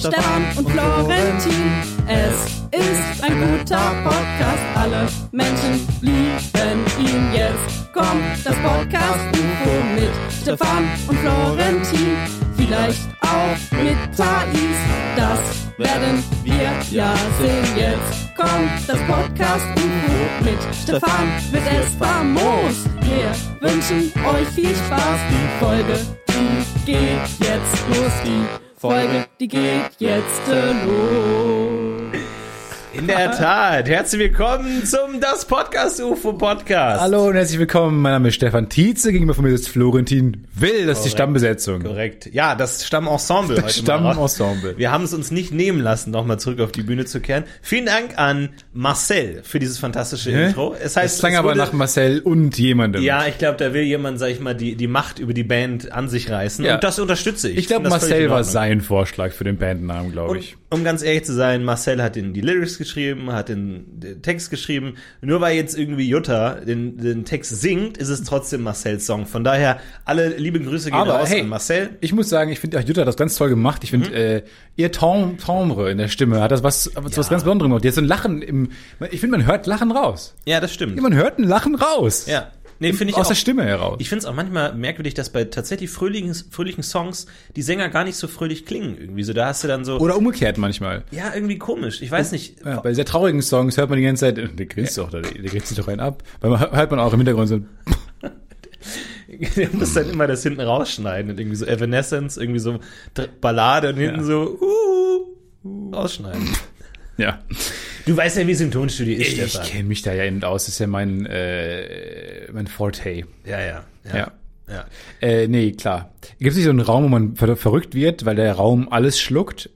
Stefan und Florentin. Es ist ein guter Podcast, alle Menschen lieben ihn. Jetzt kommt das Podcast-UFO mit Stefan und Florentin. Vielleicht auch mit Thais, das werden wir ja sehen. Jetzt kommt das Podcast-UFO mit Stefan, mit Espamos. Wir wünschen euch viel Spaß. Die Folge, die geht jetzt los. Die Folge, die geht jetzt los. In der Tat, herzlich willkommen zum Das Podcast-UFO-Podcast. Hallo und herzlich willkommen, mein Name ist Stefan Tietze, gegenüber von mir sitzt Florentin Will, das ist die Stammbesetzung. Korrekt, ja, das Stammensemble. Das Stammensemble. Wir haben es uns nicht nehmen lassen, nochmal zurück auf die Bühne zu kehren. Vielen Dank an Marcel für dieses fantastische Intro. Es klang aber nach Marcel und jemandem. Ja, ich glaube, da will jemand, sag ich mal, die Macht über die Band an sich reißen und das unterstütze ich. Ich glaube, Marcel war sein Vorschlag für den Bandnamen, glaube ich. Um ganz ehrlich zu sein, Marcel hat die Lyrics geschrieben, hat den Text geschrieben. Nur weil jetzt irgendwie Jutta den Text singt, ist es trotzdem Marcels Song. Von daher, alle liebe Grüße gehen raus an Marcel. Ich muss sagen, ich finde, Jutta hat das ganz toll gemacht. Ich finde, ihr Timbre in der Stimme hat das was ganz Besonderes gemacht. Jetzt so ein Lachen ich finde, man hört Lachen raus. Ja, das stimmt. Ja, man hört ein Lachen raus. Ja. Nee, finde ich aus auch, der Stimme heraus. Ich finde es auch manchmal merkwürdig, dass bei tatsächlich fröhlichen Songs die Sänger gar nicht so fröhlich klingen irgendwie. So, da hast du dann so. Oder umgekehrt manchmal. Ja, irgendwie komisch. Ich weiß nicht. Ja, bei sehr traurigen Songs hört man die ganze Zeit, der grinst doch, der grinst sich doch einen ab. Weil man hört man auch im Hintergrund so. Der muss dann immer das hinten rausschneiden und irgendwie so Evanescence, irgendwie so Ballade und hinten so rausschneiden. Ja. Du weißt ja, wie es im Tonstudio ist, Stefan. Ich kenne mich da ja eben aus. Das ist ja mein Forte. Ja. Nee, klar. Gibt es nicht so einen Raum, wo man verrückt wird, weil der Raum alles schluckt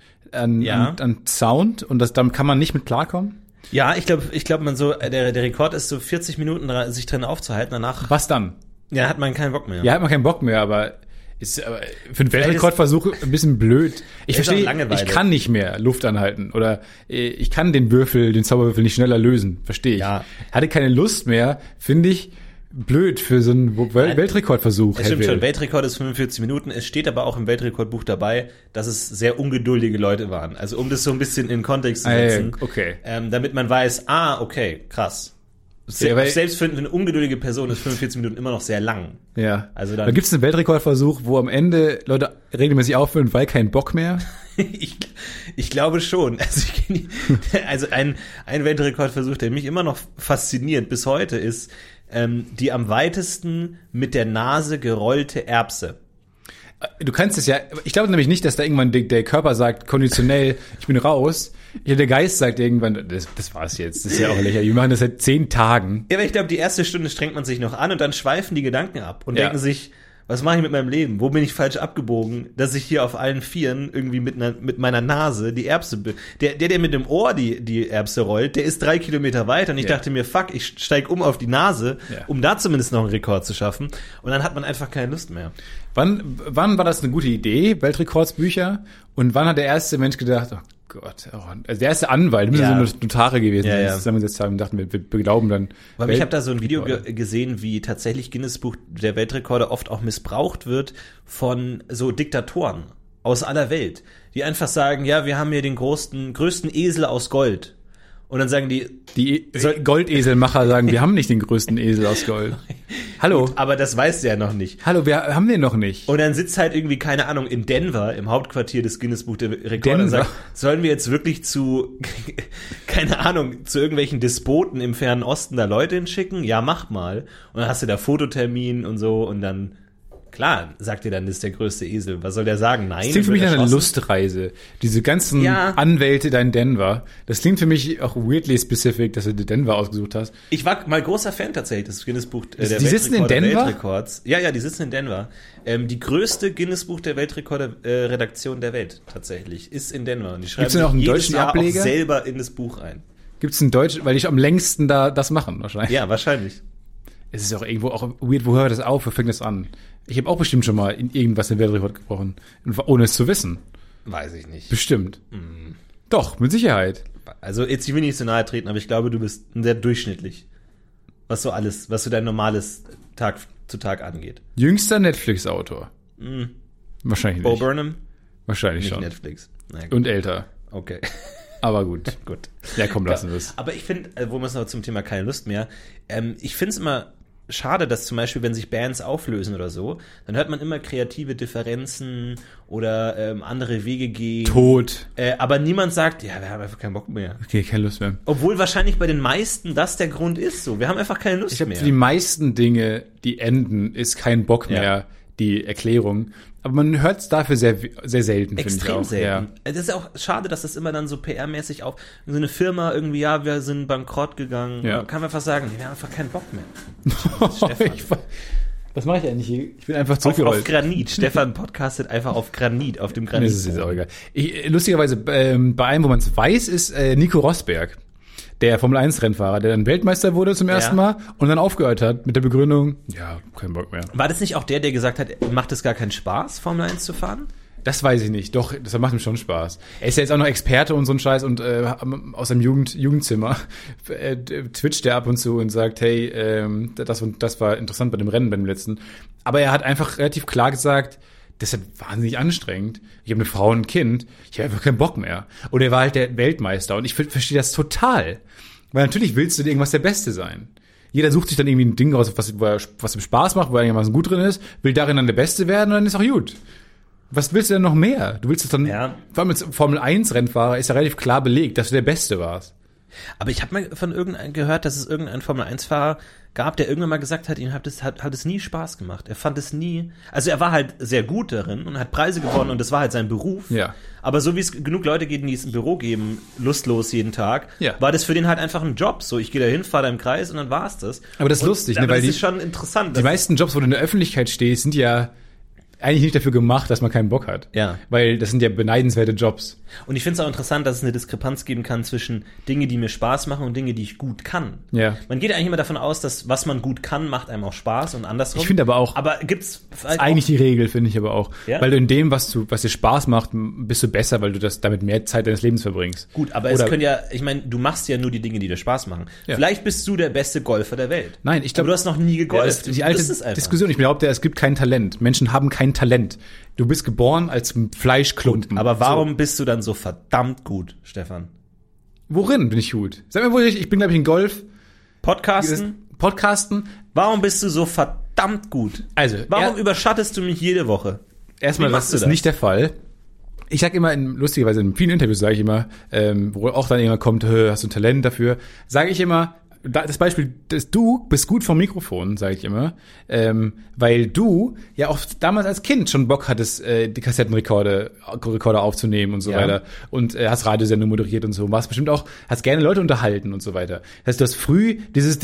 an Sound und damit kann man nicht mit klarkommen? Ja, ich glaube, man so, der Rekord ist so 40 Minuten sich drin aufzuhalten, danach. Was dann? Ja, hat man keinen Bock mehr. Ja, hat man keinen Bock mehr, aber ist für einen Weltrekordversuch ein bisschen blöd. Ich verstehe, ich kann nicht mehr Luft anhalten oder ich kann den Zauberwürfel nicht schneller lösen. Verstehe ich. Ja. Hatte keine Lust mehr, finde ich blöd für so einen Weltrekordversuch. Es stimmt schon, Weltrekord ist 45 Minuten. Es steht aber auch im Weltrekordbuch dabei, dass es sehr ungeduldige Leute waren. Also um das so ein bisschen in Kontext zu setzen. Okay. Damit man weiß, okay, krass. Selbst für eine ungeduldige Person ist 45 Minuten immer noch sehr lang. Ja. Also dann gibt es einen Weltrekordversuch, wo am Ende Leute regelmäßig aufhören, weil kein Bock mehr? Ich glaube schon. Also ein Weltrekordversuch, der mich immer noch fasziniert bis heute, ist die am weitesten mit der Nase gerollte Erbse. Du kannst es ja, ich glaube nämlich nicht, dass da irgendwann der Körper sagt, konditionell, ich bin raus. Der Geist sagt irgendwann, das war's jetzt, das ist ja auch lächerlich, wir machen das seit 10 Tagen. Ja, aber ich glaube, die erste Stunde strengt man sich noch an und dann schweifen die Gedanken ab und denken sich, was mache ich mit meinem Leben? Wo bin ich falsch abgebogen, dass ich hier auf allen Vieren irgendwie mit meiner Nase die Erbse, der mit dem Ohr die Erbse rollt, der ist 3 Kilometer weiter und ich dachte mir, fuck, ich steig auf die Nase, um da zumindest noch einen Rekord zu schaffen und dann hat man einfach keine Lust mehr. Wann war das eine gute Idee, Weltrekordsbücher? Und wann hat der erste Mensch gedacht, oh Gott, also der erste Anwalt, müssen so Notare gewesen, die sich zusammengesetzt haben und dachten, wir glauben dann. Weil ich habe da so ein Video gesehen, wie tatsächlich Guinness-Buch der Weltrekorde oft auch missbraucht wird von so Diktatoren aus aller Welt, die einfach sagen, ja, wir haben hier den größten Esel aus Gold. Und dann sagen die Goldeselmacher sagen, wir haben nicht den größten Esel aus Gold. Hallo. Gut, aber das weiß der noch nicht. Hallo, wir haben den noch nicht. Und dann sitzt halt irgendwie, keine Ahnung, in Denver, im Hauptquartier des Guinness-Buch der Rekorde und sagt, sollen wir jetzt wirklich zu irgendwelchen Despoten im fernen Osten da Leute hinschicken? Ja, mach mal. Und dann hast du da Fototermin und so und dann, klar, sagt ihr dann, das ist der größte Esel. Was soll der sagen? Nein. Das klingt für mich eine Lustreise. Diese ganzen Anwälte da in Denver. Das klingt für mich auch weirdly specific, dass du Denver ausgesucht hast. Ich war mal großer Fan tatsächlich des Guinness-Buch der Weltrekorde. Die sitzen in Denver? Weltrekords. Ja, die sitzen in Denver. Die größte Guinness-Buch der Weltrekorde Redaktion der Welt tatsächlich ist in Denver. Und die schreiben noch einen jedes deutschen Jahr Ableger? auch selber in das Buch ein. Gibt's einen deutschen, weil die am längsten da das machen wahrscheinlich. Ja, wahrscheinlich. Es ist auch irgendwo auch weird, wo hört das auf, wo fängt das an? Ich habe auch bestimmt schon mal in irgendwas den Weltrekord gebrochen, ohne es zu wissen. Weiß ich nicht. Bestimmt. Doch, mit Sicherheit. Also jetzt, ich will nicht so nahe treten, aber ich glaube, du bist sehr durchschnittlich. Was so dein normales Tag zu Tag angeht. Jüngster Netflix-Autor. Wahrscheinlich Bo nicht. Burnham? Wahrscheinlich nicht schon. Netflix. Und älter. Okay. Aber gut. Gut. Ja, komm, lassen wir es. Aber ich finde, wo wir es noch zum Thema keine Lust mehr, ich finde es immer schade, dass zum Beispiel, wenn sich Bands auflösen oder so, dann hört man immer kreative Differenzen oder andere Wege gehen. Tod. Aber niemand sagt, ja, wir haben einfach keinen Bock mehr. Okay, keine Lust mehr. Obwohl wahrscheinlich bei den meisten das der Grund ist so. Wir haben einfach keine Lust mehr. Für die meisten Dinge, die enden, ist kein Bock mehr die Erklärung. Aber man hört es dafür sehr, sehr selten, finde ich auch. Extrem selten. Ja. Das ist auch schade, dass das immer dann so PR-mäßig auf so eine Firma irgendwie, ja, wir sind bankrott gegangen. Ja. Man kann einfach sagen, wir haben einfach keinen Bock mehr. Stefan. Was mache ich eigentlich hier? Ich bin einfach zurückgerollt. Auf Granit. Stefan podcastet einfach auf Granit, auf dem Granit. Das ist jetzt auch egal. Lustigerweise, bei einem, wo man es weiß, ist Nico Rosberg. Der Formel-1-Rennfahrer, der dann Weltmeister wurde zum ersten Mal und dann aufgehört hat mit der Begründung, ja, kein Bock mehr. War das nicht auch der gesagt hat, macht es gar keinen Spaß, Formel 1 zu fahren? Das weiß ich nicht. Doch, das macht ihm schon Spaß. Er ist ja jetzt auch noch Experte und so ein Scheiß und aus seinem Jugendzimmer twitcht er ab und zu und sagt, hey, das war interessant bei dem Rennen, bei dem letzten. Aber er hat einfach relativ klar gesagt, das ist ja wahnsinnig anstrengend. Ich habe eine Frau und ein Kind. Ich habe einfach keinen Bock mehr. Und er war halt der Weltmeister. Und ich verstehe das total. Weil natürlich willst du dir irgendwas der Beste sein. Jeder sucht sich dann irgendwie ein Ding raus, was ihm Spaß macht, wo er einigermaßen gut drin ist, will darin dann der Beste werden und dann ist auch gut. Was willst du denn noch mehr? Du willst es dann, vor allem als Formel-1-Rennfahrer ist ja relativ klar belegt, dass du der Beste warst. Aber ich habe mal von irgendeinem gehört, dass es irgendeinen Formel-1-Fahrer gab, der irgendwann mal gesagt hat, ihm hat es nie Spaß gemacht. Er fand es nie, also er war halt sehr gut darin und hat Preise gewonnen und das war halt sein Beruf. Ja. Aber so wie es genug Leute geht, die es im Büro geben, lustlos jeden Tag, war das für den halt einfach ein Job. So, ich gehe da hin, fahre da im Kreis und dann war's das. Aber das ist lustig, ne, weil das ist schon interessant. Die meisten Jobs, wo du in der Öffentlichkeit stehst, sind ja eigentlich nicht dafür gemacht, dass man keinen Bock hat. Ja. Weil das sind ja beneidenswerte Jobs. Und ich finde es auch interessant, dass es eine Diskrepanz geben kann zwischen Dinge, die mir Spaß machen und Dinge, die ich gut kann. Ja. Man geht eigentlich immer davon aus, dass was man gut kann, macht einem auch Spaß und andersrum. Ich finde aber auch. Aber gibt's halt eigentlich die Regel, finde ich aber auch. Ja? Weil du in dem, was dir Spaß macht, bist du besser, weil du damit mehr Zeit deines Lebens verbringst. Gut, aber es können ja, ich meine, du machst ja nur die Dinge, die dir Spaß machen. Ja. Vielleicht bist du der beste Golfer der Welt. Nein, ich glaube. Aber du hast noch nie gegolft. Die alte Diskussion. Ich behaupte, es gibt kein Talent. Menschen haben kein Talent. Du bist geboren als Fleischklumpen. Gut, aber warum bist du dann so verdammt gut, Stefan? Worin bin ich gut? Sag mir, wo ich bin, glaube ich, in Golf. Podcasten. Warum bist du so verdammt gut? Also, warum überschattest du mich jede Woche? Erstmal, das ist nicht der Fall. Ich sag immer, lustigerweise in vielen Interviews sage ich immer, wo auch dann jemand kommt, hast du ein Talent dafür, sage ich immer, das Beispiel, du bist gut vom Mikrofon, sage ich immer, weil du ja auch damals als Kind schon Bock hattest, die Kassettenrekorder aufzunehmen und so weiter und hast Radiosendung moderiert und so, warst bestimmt auch, hast gerne Leute unterhalten und so weiter. Das heißt, du hast früh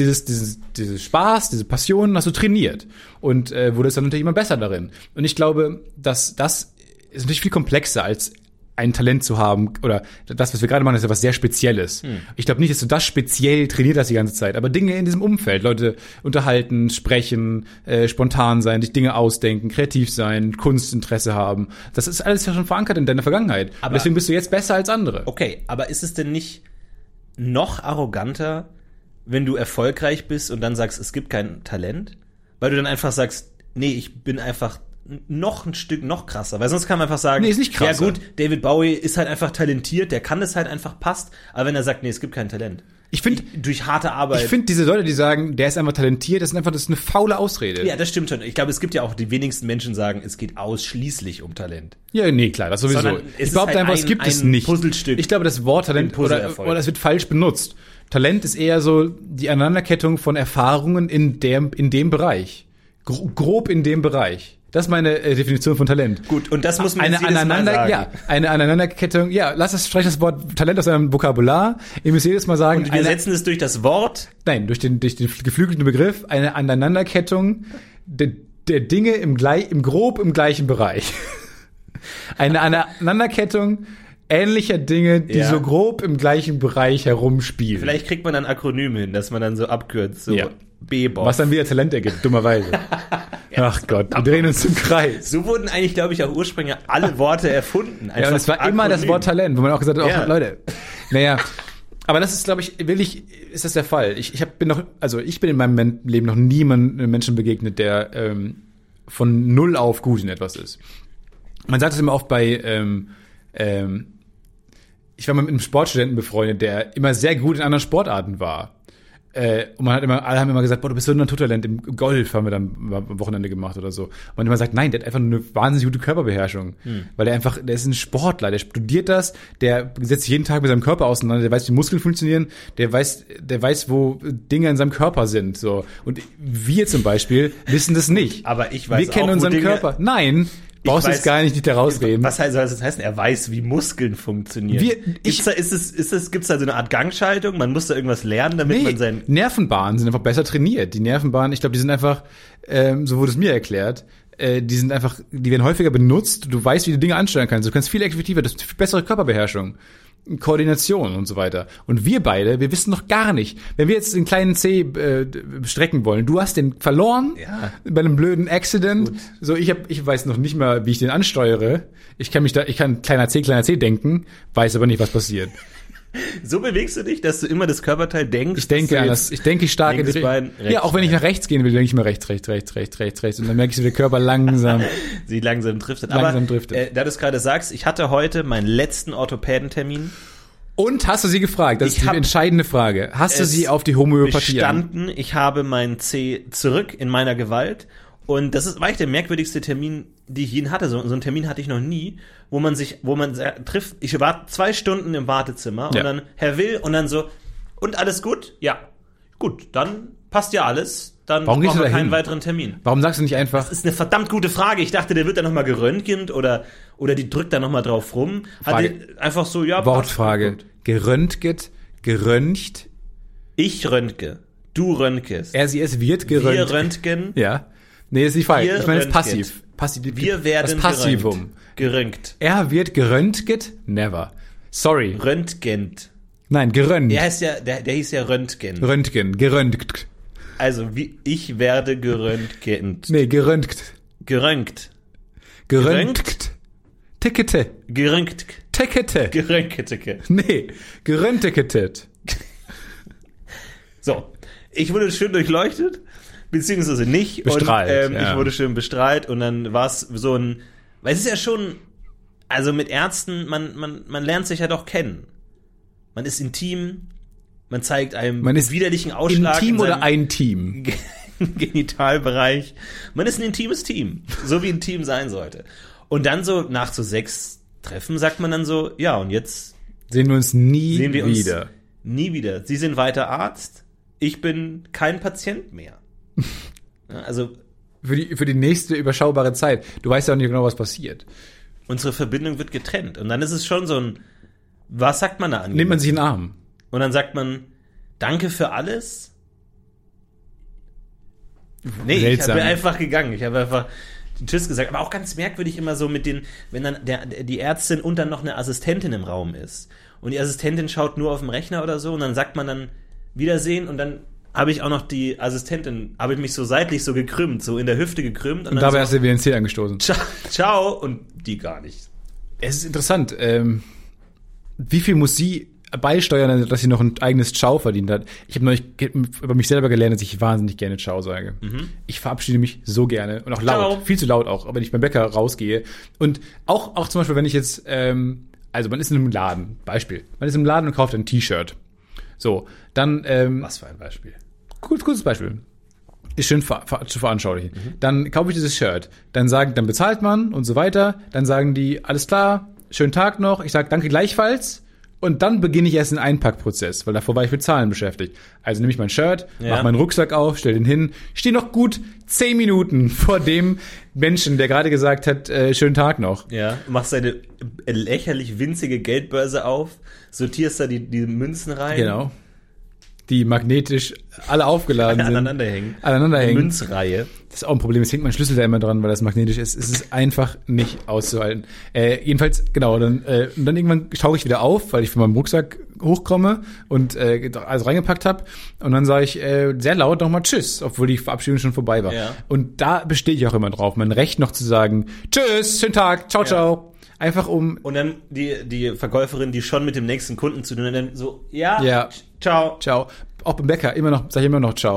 dieses Spaß, diese Passion hast du trainiert und wurdest dann natürlich immer besser darin. Und ich glaube, dass das ist natürlich viel komplexer als ein Talent zu haben, oder das, was wir gerade machen, ist ja was sehr Spezielles. Ich glaube nicht, dass du das speziell trainiert hast die ganze Zeit, aber Dinge in diesem Umfeld, Leute unterhalten, sprechen, spontan sein, sich Dinge ausdenken, kreativ sein, Kunstinteresse haben, das ist alles ja schon verankert in deiner Vergangenheit. Aber deswegen bist du jetzt besser als andere. Okay, aber ist es denn nicht noch arroganter, wenn du erfolgreich bist und dann sagst, es gibt kein Talent? Weil du dann einfach sagst, nee, ich bin einfach noch ein Stück noch krasser, weil sonst kann man einfach sagen, nee, ist nicht krasser. Ja gut, David Bowie ist halt einfach talentiert, der kann das halt einfach, passt, aber wenn er sagt, nee, es gibt kein Talent. Ich finde, durch harte Arbeit. Ich finde diese Leute, die sagen, der ist einfach talentiert, das ist eine faule Ausrede. Ja, das stimmt schon. Ich glaube, es gibt ja auch die wenigsten Menschen sagen, es geht ausschließlich um Talent. Ja, nee, klar, das sowieso. Ich glaube einfach, es gibt es nicht. Puzzlestück. Ich glaube, das Wort Talent oder es wird falsch benutzt. Talent ist eher so die Aneinanderkettung von Erfahrungen in dem Bereich. Grob in dem Bereich. Das ist meine Definition von Talent. Gut, und das muss man jetzt jedes Mal sagen. Ja, eine Aneinanderkettung. Ja, streich das Wort Talent aus einem Vokabular. Ihr müsst jedes Mal sagen. Und wir setzen es durch das Wort? Nein, durch den geflügelten Begriff. Eine Aneinanderkettung der Dinge im grob im gleichen Bereich. Eine Aneinanderkettung ähnlicher Dinge, die so grob im gleichen Bereich herumspielen. Vielleicht kriegt man dann Akronyme hin, dass man dann so abkürzt, so B-Boss. Was dann wieder Talent ergibt, dummerweise. Ach Gott, wir drehen uns im Kreis. So wurden eigentlich, glaube ich, auch ursprünglich alle Worte erfunden. Ja, und es war immer das Wort Talent, wo man auch gesagt hat, Leute, naja, aber das ist, glaube ich, ist das der Fall. Ich bin in meinem Leben noch niemandem Menschen begegnet, der von null auf gut in etwas ist. Man sagt es immer oft bei, ich war mal mit einem Sportstudenten befreundet, der immer sehr gut in anderen Sportarten war. Und alle haben immer gesagt, boah, du bist so ein Naturtalent, im Golf haben wir dann am Wochenende gemacht oder so. Und man immer sagt, nein, der hat einfach eine wahnsinnig gute Körperbeherrschung. Weil der ist ein Sportler, der studiert das, der setzt sich jeden Tag mit seinem Körper auseinander, der weiß, wie Muskeln funktionieren, der weiß, wo Dinge in seinem Körper sind, so. Und wir zum Beispiel wissen das nicht. Aber ich weiß wir kennen auch, unseren Körper. Nein. Brauchst du jetzt gar nicht da rausreden. Was soll das heißen? Er weiß, wie Muskeln funktionieren. Gibt's da so eine Art Gangschaltung? Man muss da irgendwas lernen, damit man sein... Nervenbahnen sind einfach besser trainiert. Die Nervenbahnen, ich glaube, die sind einfach, so wurde es mir erklärt, die werden häufiger benutzt. Du weißt, wie du Dinge ansteuern kannst. Du kannst viel effektiver, das ist bessere Körperbeherrschung, Koordination und so weiter. Und wir beide, wir wissen noch gar nicht. Wenn wir jetzt den kleinen C strecken wollen, du hast den verloren bei einem blöden Accident. Gut. So, ich weiß noch nicht mal, wie ich den ansteuere. Ich kann kleiner C denken, weiß aber nicht, was passiert. So bewegst du dich, dass du immer das Körperteil denkst? Ich denke anders. Ich denke stark in die Richtung. Ja, auch wenn ich nach rechts gehen will, denke ich mal rechts. Und dann merke ich, wie der Körper langsam driftet. Da du es gerade sagst, ich hatte heute meinen letzten Orthopädentermin. Und hast du sie gefragt? Das ist die entscheidende Frage. Hast du sie auf die Homöopathie bestanden? Ich habe meinen C zurück in meiner Gewalt. Und das war echt der merkwürdigste Termin, die ich jeden hatte. So einen Termin hatte ich noch nie, wo man trifft. Ich war 2 Stunden im Wartezimmer und dann Herr Will und dann so, und alles gut? Ja. Gut, dann passt ja alles. Dann brauchen wir keinen weiteren Termin. Warum sagst du nicht einfach? Das ist eine verdammt gute Frage. Ich dachte, der wird dann nochmal geröntgt oder die drückt da nochmal drauf rum. Einfach so, ja. Wortfrage. Geröntgt, geröntgt. Ich röntge. Du röntgest. Es wird geröntgt. Wir röntgen. Ja. Nee, ist nicht falsch. Ich meine, es ist passiv. Wir werden das Passivum. Geröntgt. Er wird geröntgt? Never. Sorry. Röntgent. Nein, geröntgt. Der hieß ja Röntgen. Geröntgt. Also, ich werde geröntgt. Nee, geröntgt. Geröntgt. Tickete. Geröntgt. Tickete. Geröntgt. Nee, geröntgt. So. Ich wurde schön durchleuchtet. Beziehungsweise nicht. Bestrahlt. Und ich wurde schön bestrahlt und dann war es so ein, weil es ist ja schon, also mit Ärzten, man lernt sich ja doch kennen. Man ist intim, man zeigt einem widerlichen Ausschlag. Intim oder ein Team? Genitalbereich. Man ist ein intimes Team, so wie ein Team sein sollte. Und dann so nach so 6 Treffen sagt man dann so, ja und jetzt sehen wir uns nie wieder. Nie wieder. Sie sind weiter Arzt, ich bin kein Patient mehr. Also für die nächste überschaubare Zeit. Du weißt ja auch nicht genau, was passiert. Unsere Verbindung wird getrennt. Und dann ist es schon so ein, was sagt man da an? Nimmt man sich in den Arm. Und dann sagt man, danke für alles. Nee, seltsam. Ich bin einfach gegangen. Ich habe einfach Tschüss gesagt. Aber auch ganz merkwürdig immer so mit wenn dann die Ärztin und dann noch eine Assistentin im Raum ist. Und die Assistentin schaut nur auf dem Rechner oder so und dann sagt man dann Wiedersehen und dann habe ich auch noch die Assistentin, habe ich mich so seitlich so gekrümmt, so in der Hüfte gekrümmt. Und dabei hast du wieder den Zeh angestoßen. Ciao, und die gar nicht. Es ist interessant, wie viel muss sie beisteuern, dass sie noch ein eigenes Ciao verdient hat. Ich habe neulich über mich selber gelernt, dass ich wahnsinnig gerne Ciao sage. Mhm. Ich verabschiede mich so gerne und auch laut, Ciao. Viel zu laut auch, wenn ich beim Bäcker rausgehe. Und auch zum Beispiel, wenn ich jetzt, also man ist in einem Laden, Beispiel, man ist im Laden und kauft ein T-Shirt. So, dann was für ein Beispiel? Kurzes Beispiel. Ist schön zu veranschaulichen. Mhm. Dann kaufe ich dieses Shirt. Dann bezahlt man und so weiter. Dann sagen die, alles klar, schönen Tag noch. Ich sage, danke gleichfalls. Und dann beginne ich erst den Einpackprozess, weil davor war ich mit Zahlen beschäftigt. Also nehme ich mein Shirt, mache meinen Rucksack auf, stell den hin, stehe noch gut 10 Minuten vor dem Menschen, der gerade gesagt hat, schönen Tag noch. Ja, machst deine lächerlich winzige Geldbörse auf, sortierst da die Münzen rein. Genau. Die magnetisch alle aufgeladen sind. Aneinander hängen. Münzreihe. Das ist auch ein Problem. Es hängt mein Schlüssel da immer dran, weil das magnetisch ist. Es ist einfach nicht auszuhalten. Jedenfalls, genau, dann irgendwann schaue ich wieder auf, weil ich von meinem Rucksack hochkomme und alles reingepackt habe. Und dann sage ich sehr laut nochmal Tschüss, obwohl die Verabschiedung schon vorbei war. Ja. Und da bestehe ich auch immer drauf, mein Recht noch zu sagen Tschüss, schönen Tag, ciao, ciao. Einfach um... Und dann die Verkäuferin, die schon mit dem nächsten Kunden zu tun, und dann so, ciao. Ciao. Auch beim Bäcker sag ich immer noch ciao.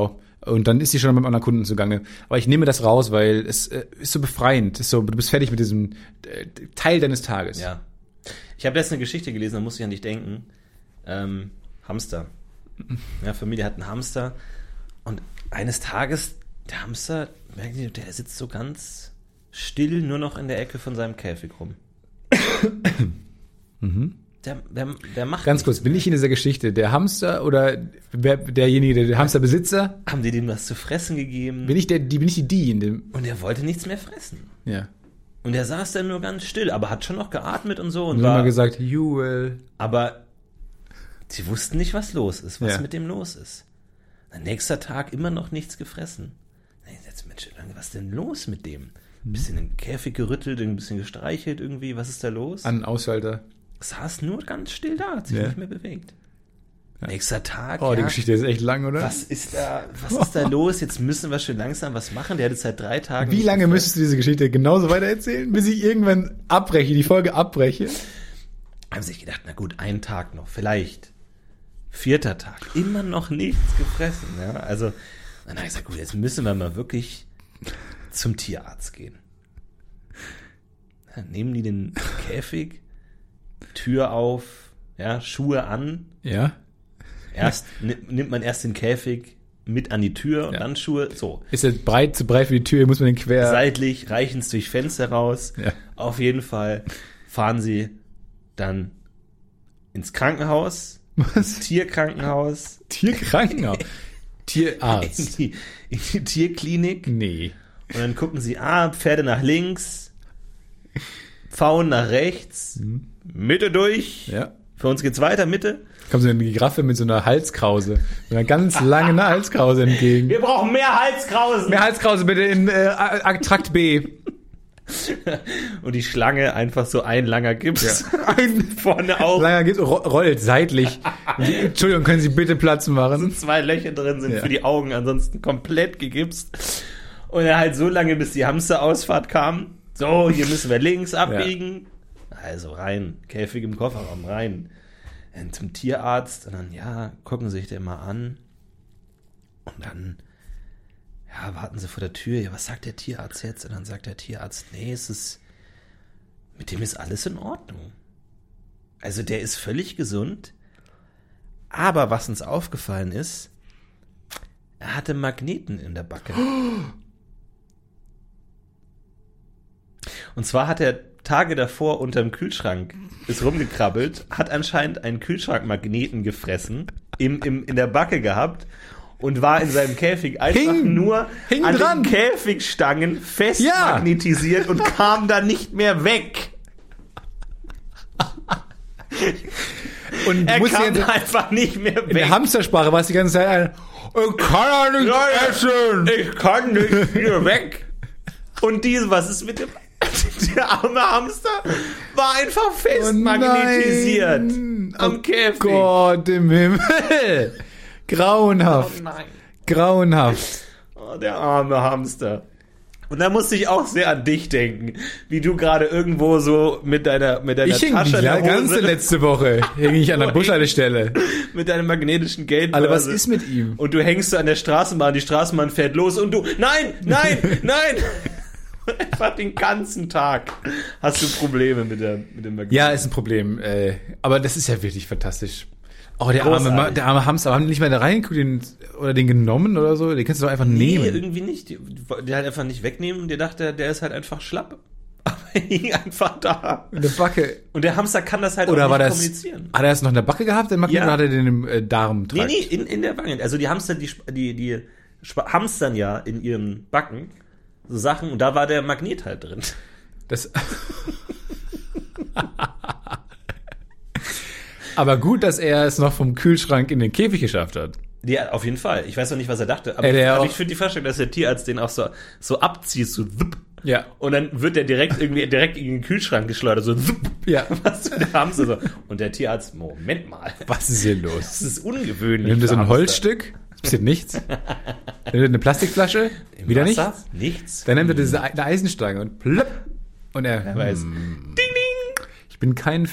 Und dann ist sie schon mit einem anderen Kunden zugange. Aber ich nehme das raus, weil es ist so befreiend. Ist so, du bist fertig mit diesem Teil deines Tages. Ja. Ich habe letztens eine Geschichte gelesen, da musste ich an dich denken. Hamster. Ja, Familie hat einen Hamster. Und eines Tages, der Hamster, merken Sie, der sitzt so ganz still nur noch in der Ecke von seinem Käfig rum. Der macht ganz kurz, bin ich in dieser Geschichte der Hamster oder derjenige, der Hamsterbesitzer? Haben die dem was zu fressen gegeben? Bin ich die in dem? Und er wollte nichts mehr fressen. Ja. Und er saß dann nur ganz still, aber hat schon noch geatmet und so. Und war immer gesagt, you will. Aber sie wussten nicht, was los ist, was mit dem los ist. Am nächsten Tag immer noch nichts gefressen. Mensch, was ist denn los mit dem? Ein bisschen in den Käfig gerüttelt, ein bisschen gestreichelt irgendwie. Was ist da los? An Ausschalter. Saß nur ganz still da, hat sich nicht mehr bewegt. Ja. Nächster Tag. Oh, die Geschichte ist echt lang, oder? Was ist da los? Jetzt müssen wir schon langsam was machen. Der hat jetzt seit 3 Tagen. Wie lange müsstest du diese Geschichte genauso weiter erzählen, bis ich irgendwann die Folge abbreche? Haben sich gedacht, na gut, 1 Tag noch, vielleicht. 4. Tag. Immer noch nichts gefressen. Ja? Also, dann habe ich gesagt, gut, jetzt müssen wir mal wirklich zum Tierarzt gehen. Dann nehmen die den Käfig, Tür auf, ja, Schuhe an. Ja. Nimmt man erst den Käfig mit an die Tür und dann Schuhe. So. Ist er zu breit für die Tür, muss man den quer. Seitlich, reichen es durch Fenster raus. Ja. Auf jeden Fall fahren sie dann ins Krankenhaus. Was? Tierkrankenhaus. Tierkrankenhaus? Tierarzt. In die Tierklinik. Nee. Und dann gucken sie, Pferde nach links, Pfauen nach rechts, Mitte durch. Ja. Für uns geht's weiter, Mitte. Kommt so eine Giraffe mit so einer Halskrause, mit einer ganz langen Halskrause entgegen. Wir brauchen mehr Halskrausen. Mehr Halskrause bitte in Trakt B. Und die Schlange einfach so ein langer Gips. Ja. Vorne auf. Langer Gips rollt seitlich. Entschuldigung, können Sie bitte Platz machen? So 2 Löcher drin sind für die Augen, ansonsten komplett gegipst. Und er halt so lange, bis die Hamsterausfahrt kam. So, hier müssen wir links abbiegen. Ja. Also rein, Käfig im Kofferraum, rein. Zum Tierarzt. Und dann, gucken Sie sich den mal an. Und dann, warten Sie vor der Tür. Ja, was sagt der Tierarzt jetzt? Und dann sagt der Tierarzt, nee, mit dem ist alles in Ordnung. Also der ist völlig gesund. Aber was uns aufgefallen ist, er hatte Magneten in der Backe. Und zwar hat er Tage davor unterm Kühlschrank ist rumgekrabbelt, hat anscheinend einen Kühlschrankmagneten gefressen, in der Backe gehabt und war in seinem Käfig einfach nur an den Käfigstangen fest magnetisiert und kam da nicht mehr weg. Und er kam einfach nicht mehr weg. In der Hamstersprache war es die ganze Zeit ich kann ja nicht essen. Ich kann nicht hier weg. Und was ist mit dem... Der arme Hamster war einfach fest magnetisiert am Käfig. Oh Gott im Himmel. Grauenhaft. Oh nein. Grauenhaft. Oh, der arme Hamster. Und da musste ich auch sehr an dich denken, wie du gerade irgendwo so mit deiner Tasche in der Hose... Die ganze letzte Woche hing ich an der Bushaltestelle. Mit deinem magnetischen Geldbörse. Alter, was ist mit ihm? Und du hängst so an der Straßenbahn, die Straßenbahn fährt los und du... Nein! Einfach den ganzen Tag hast du Probleme mit dem Magneten. Ja, ist ein Problem. Aber das ist ja wirklich fantastisch. Oh, der arme Hamster. Haben die nicht mal da reingeguckt oder den genommen oder so? Den kannst du doch einfach nehmen. Nee, irgendwie nicht. Die halt einfach nicht wegnehmen. Und der dachte, der ist halt einfach schlapp. Aber er hing einfach da. In der Backe. Und der Hamster kann das halt oder auch nicht kommunizieren. Hat er das noch in der Backe gehabt, den Magnet, oder hat er den im Darmtrakt? Nee, in der Backe. Also die Hamster, die hamstern ja in ihren Backen so Sachen und da war der Magnet halt drin. Aber gut, dass er es noch vom Kühlschrank in den Käfig geschafft hat. Ja, auf jeden Fall. Ich weiß noch nicht, was er dachte, aber ich finde die Vorstellung, dass der Tierarzt den auch so abzieht, so zup, ja. Und dann wird der direkt in den Kühlschrank geschleudert, so zup, ja. Was der Hamster so. Und der Tierarzt, Moment mal. Was ist hier los? Das ist ungewöhnlich. Nimmt er so ein Holzstück? Das passiert nichts. Dann nimmt er eine Plastikflasche? Wieder Wasser? Nichts. Dann nimmt er eine Eisenstange und plöpp. Und er weiß, ding, ding. Ich bin kein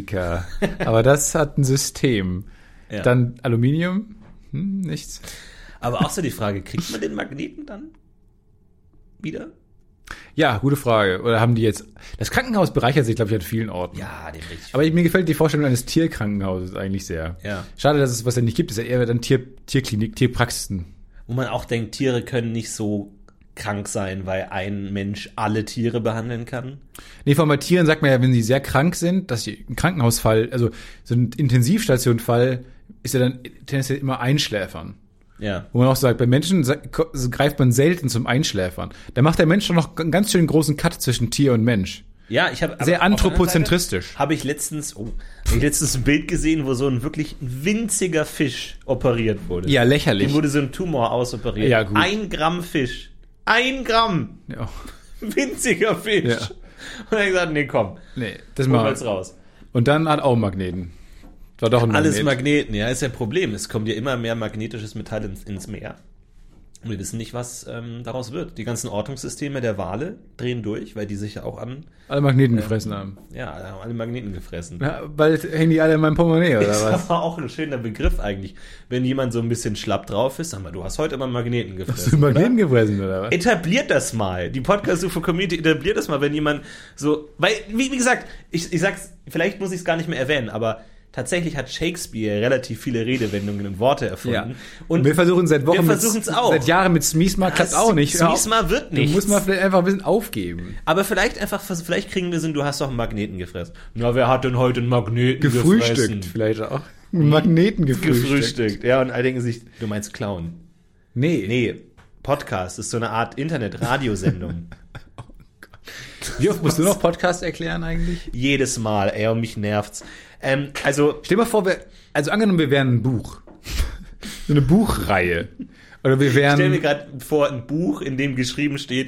Physiker, aber das hat ein System. Ja. Dann Aluminium? Nichts. Aber auch so die Frage, kriegt man den Magneten dann wieder? Ja, gute Frage. Oder haben die jetzt... Das Krankenhaus bereichert sich, glaube ich, an vielen Orten. Ja, dem richtig. Aber mir gefällt die Vorstellung eines Tierkrankenhauses eigentlich sehr. Ja. Schade, dass es was ja nicht gibt. Es ist ja eher dann Tierklinik, Tierpraxisen. Wo man auch denkt, Tiere können nicht so krank sein, weil ein Mensch alle Tiere behandeln kann. Nee, vor allem bei Tieren sagt man ja, wenn sie sehr krank sind, dass sie ein Krankenhausfall, also so ein Intensivstationfall, ist ja dann tendenziell immer Einschläfern. Ja. Wo man auch sagt, bei Menschen greift man selten zum Einschläfern. Da macht der Mensch doch noch einen ganz schön großen Cut zwischen Tier und Mensch. Ja, ich habe sehr anthropozentristisch. Habe ich letztens ein Bild gesehen, wo so ein wirklich winziger Fisch operiert wurde. Ja, lächerlich. Dem wurde so ein Tumor ausoperiert. Ja, gut. 1 Gramm Fisch. 1 Gramm. Ja. Winziger Fisch. Ja. Und dann habe ich gesagt, nee, komm. Nee, das mal raus. Und dann hat auch Magneten. War doch ein Magnet. Alles Magneten, ja, ist ja ein Problem. Es kommt ja immer mehr magnetisches Metall ins Meer. Und wir wissen nicht, was daraus wird. Die ganzen Ortungssysteme der Wale drehen durch, weil die sich ja auch an... Alle Magneten gefressen haben. Ja, alle Magneten gefressen. Ja, weil hängen die alle in meinem Portemonnaie, oder was? Das ist aber auch ein schöner Begriff eigentlich. Wenn jemand so ein bisschen schlapp drauf ist, sag mal, du hast heute immer Magneten gefressen. Hast du Magneten gefressen, oder was? Etabliert das mal. Die Podcast-UFO-Community etabliert das mal, wenn jemand so... Weil, wie gesagt, ich sag's, vielleicht muss ich es gar nicht mehr erwähnen, aber... Tatsächlich hat Shakespeare relativ viele Redewendungen und Worte erfunden. Ja. Und wir versuchen seit Wochen, seit Jahren mit Smiesma, klappt auch nicht. Smiesma wird nicht. Du musst mal vielleicht einfach ein bisschen aufgeben. Aber vielleicht kriegen wir du hast doch einen Magneten gefressen. Na, wer hat denn heute einen Magneten gefrühstückt? Gefressen? Vielleicht auch. Einen Magneten gefrühstückt. Ja, und alle denken sich, du meinst Clown. Nee. Podcast ist so eine Art Internet-Radiosendung. Oh Gott. Wie oft musst du noch Podcast erklären eigentlich? Jedes Mal, und mich nervt's. Also, stell mal vor, angenommen, wir wären ein Buch. So eine Buchreihe. Oder wir wären... Stell mir gerade vor, ein Buch, in dem geschrieben steht,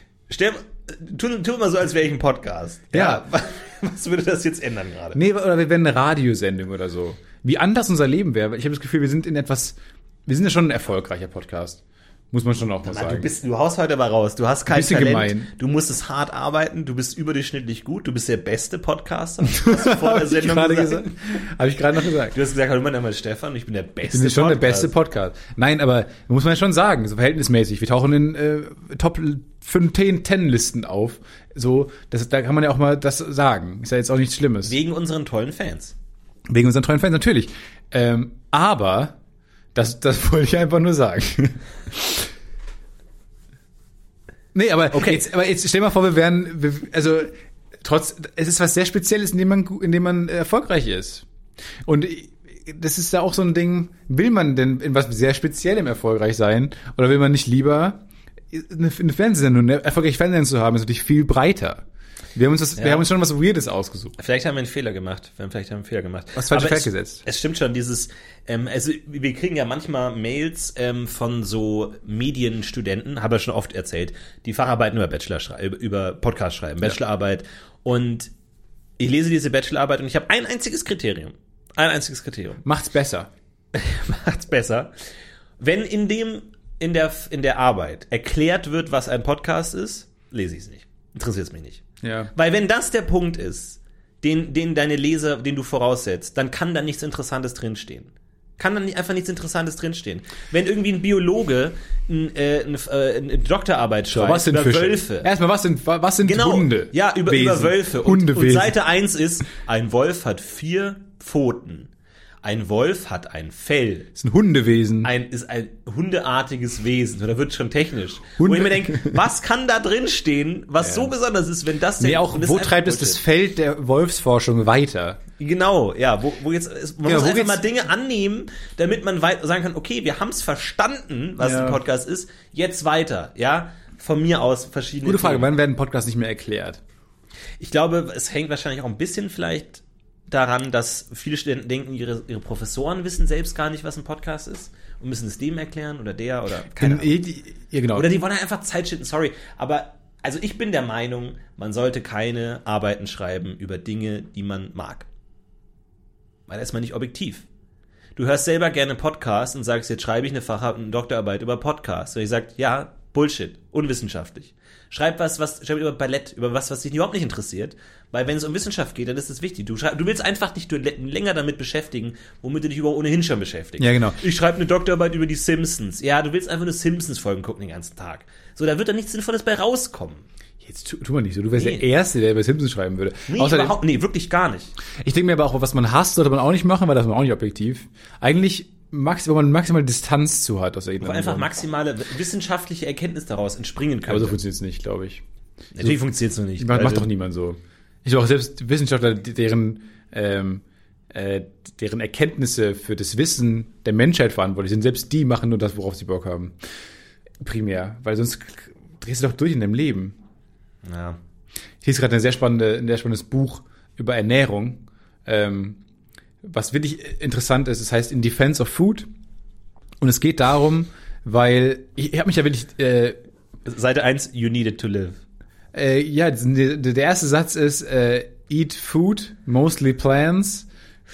tu mal so, als wäre ich ein Podcast. Ja. Was würde das jetzt ändern gerade? Nee, oder wir wären eine Radiosendung oder so. Wie anders unser Leben wäre. Ich habe das Gefühl, wir sind ja schon ein erfolgreicher Podcast. Muss man schon auch mal sagen. Du haust heute mal raus. Du hast kein Talent. Gemein. Du musstest hart arbeiten. Du bist überdurchschnittlich gut. Du bist der beste Podcaster. Hast du vor der Sendung gesagt? Habe ich gerade noch gesagt. Du hast gesagt, hallo, mein Name ist Stefan und ich bin der beste Podcast. Ich bin schon der beste Podcast. Nein, aber muss man ja schon sagen, so verhältnismäßig. Wir tauchen in Top 10 Listen auf. So, da kann man ja auch mal das sagen. Ist ja jetzt auch nichts Schlimmes. Wegen unseren tollen Fans. Wegen unseren tollen Fans, natürlich. Aber das wollte ich einfach nur sagen. Nee, aber okay. Jetzt stell mal vor, es ist was sehr Spezielles, in dem man erfolgreich ist. Und das ist ja auch so ein Ding, will man denn in was sehr Speziellem erfolgreich sein? Oder will man nicht lieber eine Fernsehsendung, eine erfolgreiche Fernsehsendung zu haben, ist natürlich viel breiter. Wir haben uns schon was Weirdes ausgesucht. Vielleicht haben wir einen Fehler gemacht. Was falsche Feld gesetzt. Es stimmt schon, also wir kriegen ja manchmal Mails von so Medienstudenten, habe ich schon oft erzählt, die Facharbeiten über Podcast schreiben, Bachelorarbeit. Und ich lese diese Bachelorarbeit und ich habe ein einziges Kriterium. Macht's besser. Wenn in der Arbeit erklärt wird, was ein Podcast ist, lese ich es nicht. Interessiert es mich nicht. Ja. Weil wenn das der Punkt ist, den deine Leser, den du voraussetzt, dann kann da nichts Interessantes drinstehen. Wenn irgendwie ein Biologe eine Doktorarbeit schreibt was sind über Fische? Wölfe. Erstmal, was sind Hunde? Ja, über Wölfe. Und Seite 1 ist, ein Wolf hat 4 Pfoten. Ein Wolf hat ein Fell. Ist ein Hundewesen. Ist ein hundeartiges Wesen. Oder wird schon technisch. Wo ich mir denke, was kann da drin stehen, was so besonders ist, wenn das denn... wo treibt es das Feld der Wolfsforschung weiter? Genau, ja. Man muss einfach mal Dinge annehmen, damit man sagen kann, okay, wir haben es verstanden, was ein Podcast ist, jetzt weiter, ja. Von mir aus verschiedene Gute Frage, wann werden Podcasts nicht mehr erklärt? Ich glaube, es hängt wahrscheinlich auch ein bisschen vielleicht daran, dass viele Studenten denken, ihre Professoren wissen selbst gar nicht, was ein Podcast ist und müssen es dem erklären oder keine Ahnung. Ja, genau. Oder die wollen einfach Zeit schinden, sorry. Aber also ich bin der Meinung, man sollte keine Arbeiten schreiben über Dinge, die man mag. Weil da ist man nicht objektiv. Du hörst selber gerne Podcasts und sagst, jetzt schreibe ich eine Doktorarbeit über Podcasts. Und ich sage, ja, Bullshit, unwissenschaftlich. Schreib über Ballett, über was dich überhaupt nicht interessiert, weil wenn es um Wissenschaft geht, dann ist es wichtig. Du willst einfach dich länger damit beschäftigen, womit du dich ohnehin schon beschäftigst. Ja, genau. Ich schreibe eine Doktorarbeit über die Simpsons. Ja, du willst einfach nur Simpsons-Folgen gucken den ganzen Tag. So, da wird dann nichts Sinnvolles bei rauskommen. Jetzt tu mal nicht so. Du wärst der Erste, der über Simpsons schreiben würde. Nee, wirklich gar nicht. Ich denke mir aber auch, was man hasst, sollte man auch nicht machen, weil das ist man auch nicht objektiv. Eigentlich wenn man maximale Distanz zu hat aus der Wo einfach maximale wissenschaftliche Erkenntnis daraus entspringen kann. Aber so funktioniert es nicht, glaube ich. Natürlich funktioniert es so nicht. Macht doch niemand so. Ich glaube auch selbst Wissenschaftler, deren Erkenntnisse für das Wissen der Menschheit verantwortlich sind, selbst die machen nur das, worauf sie Bock haben. Primär. Weil sonst drehst du doch durch in deinem Leben. Ja. Hier ist gerade ein sehr spannendes Buch über Ernährung. Was wirklich interessant ist, es heißt In Defense of Food. Und es geht darum, weil ich habe mich ja wirklich Seite 1, you need it to live. Ja, der erste Satz ist eat food, mostly plants.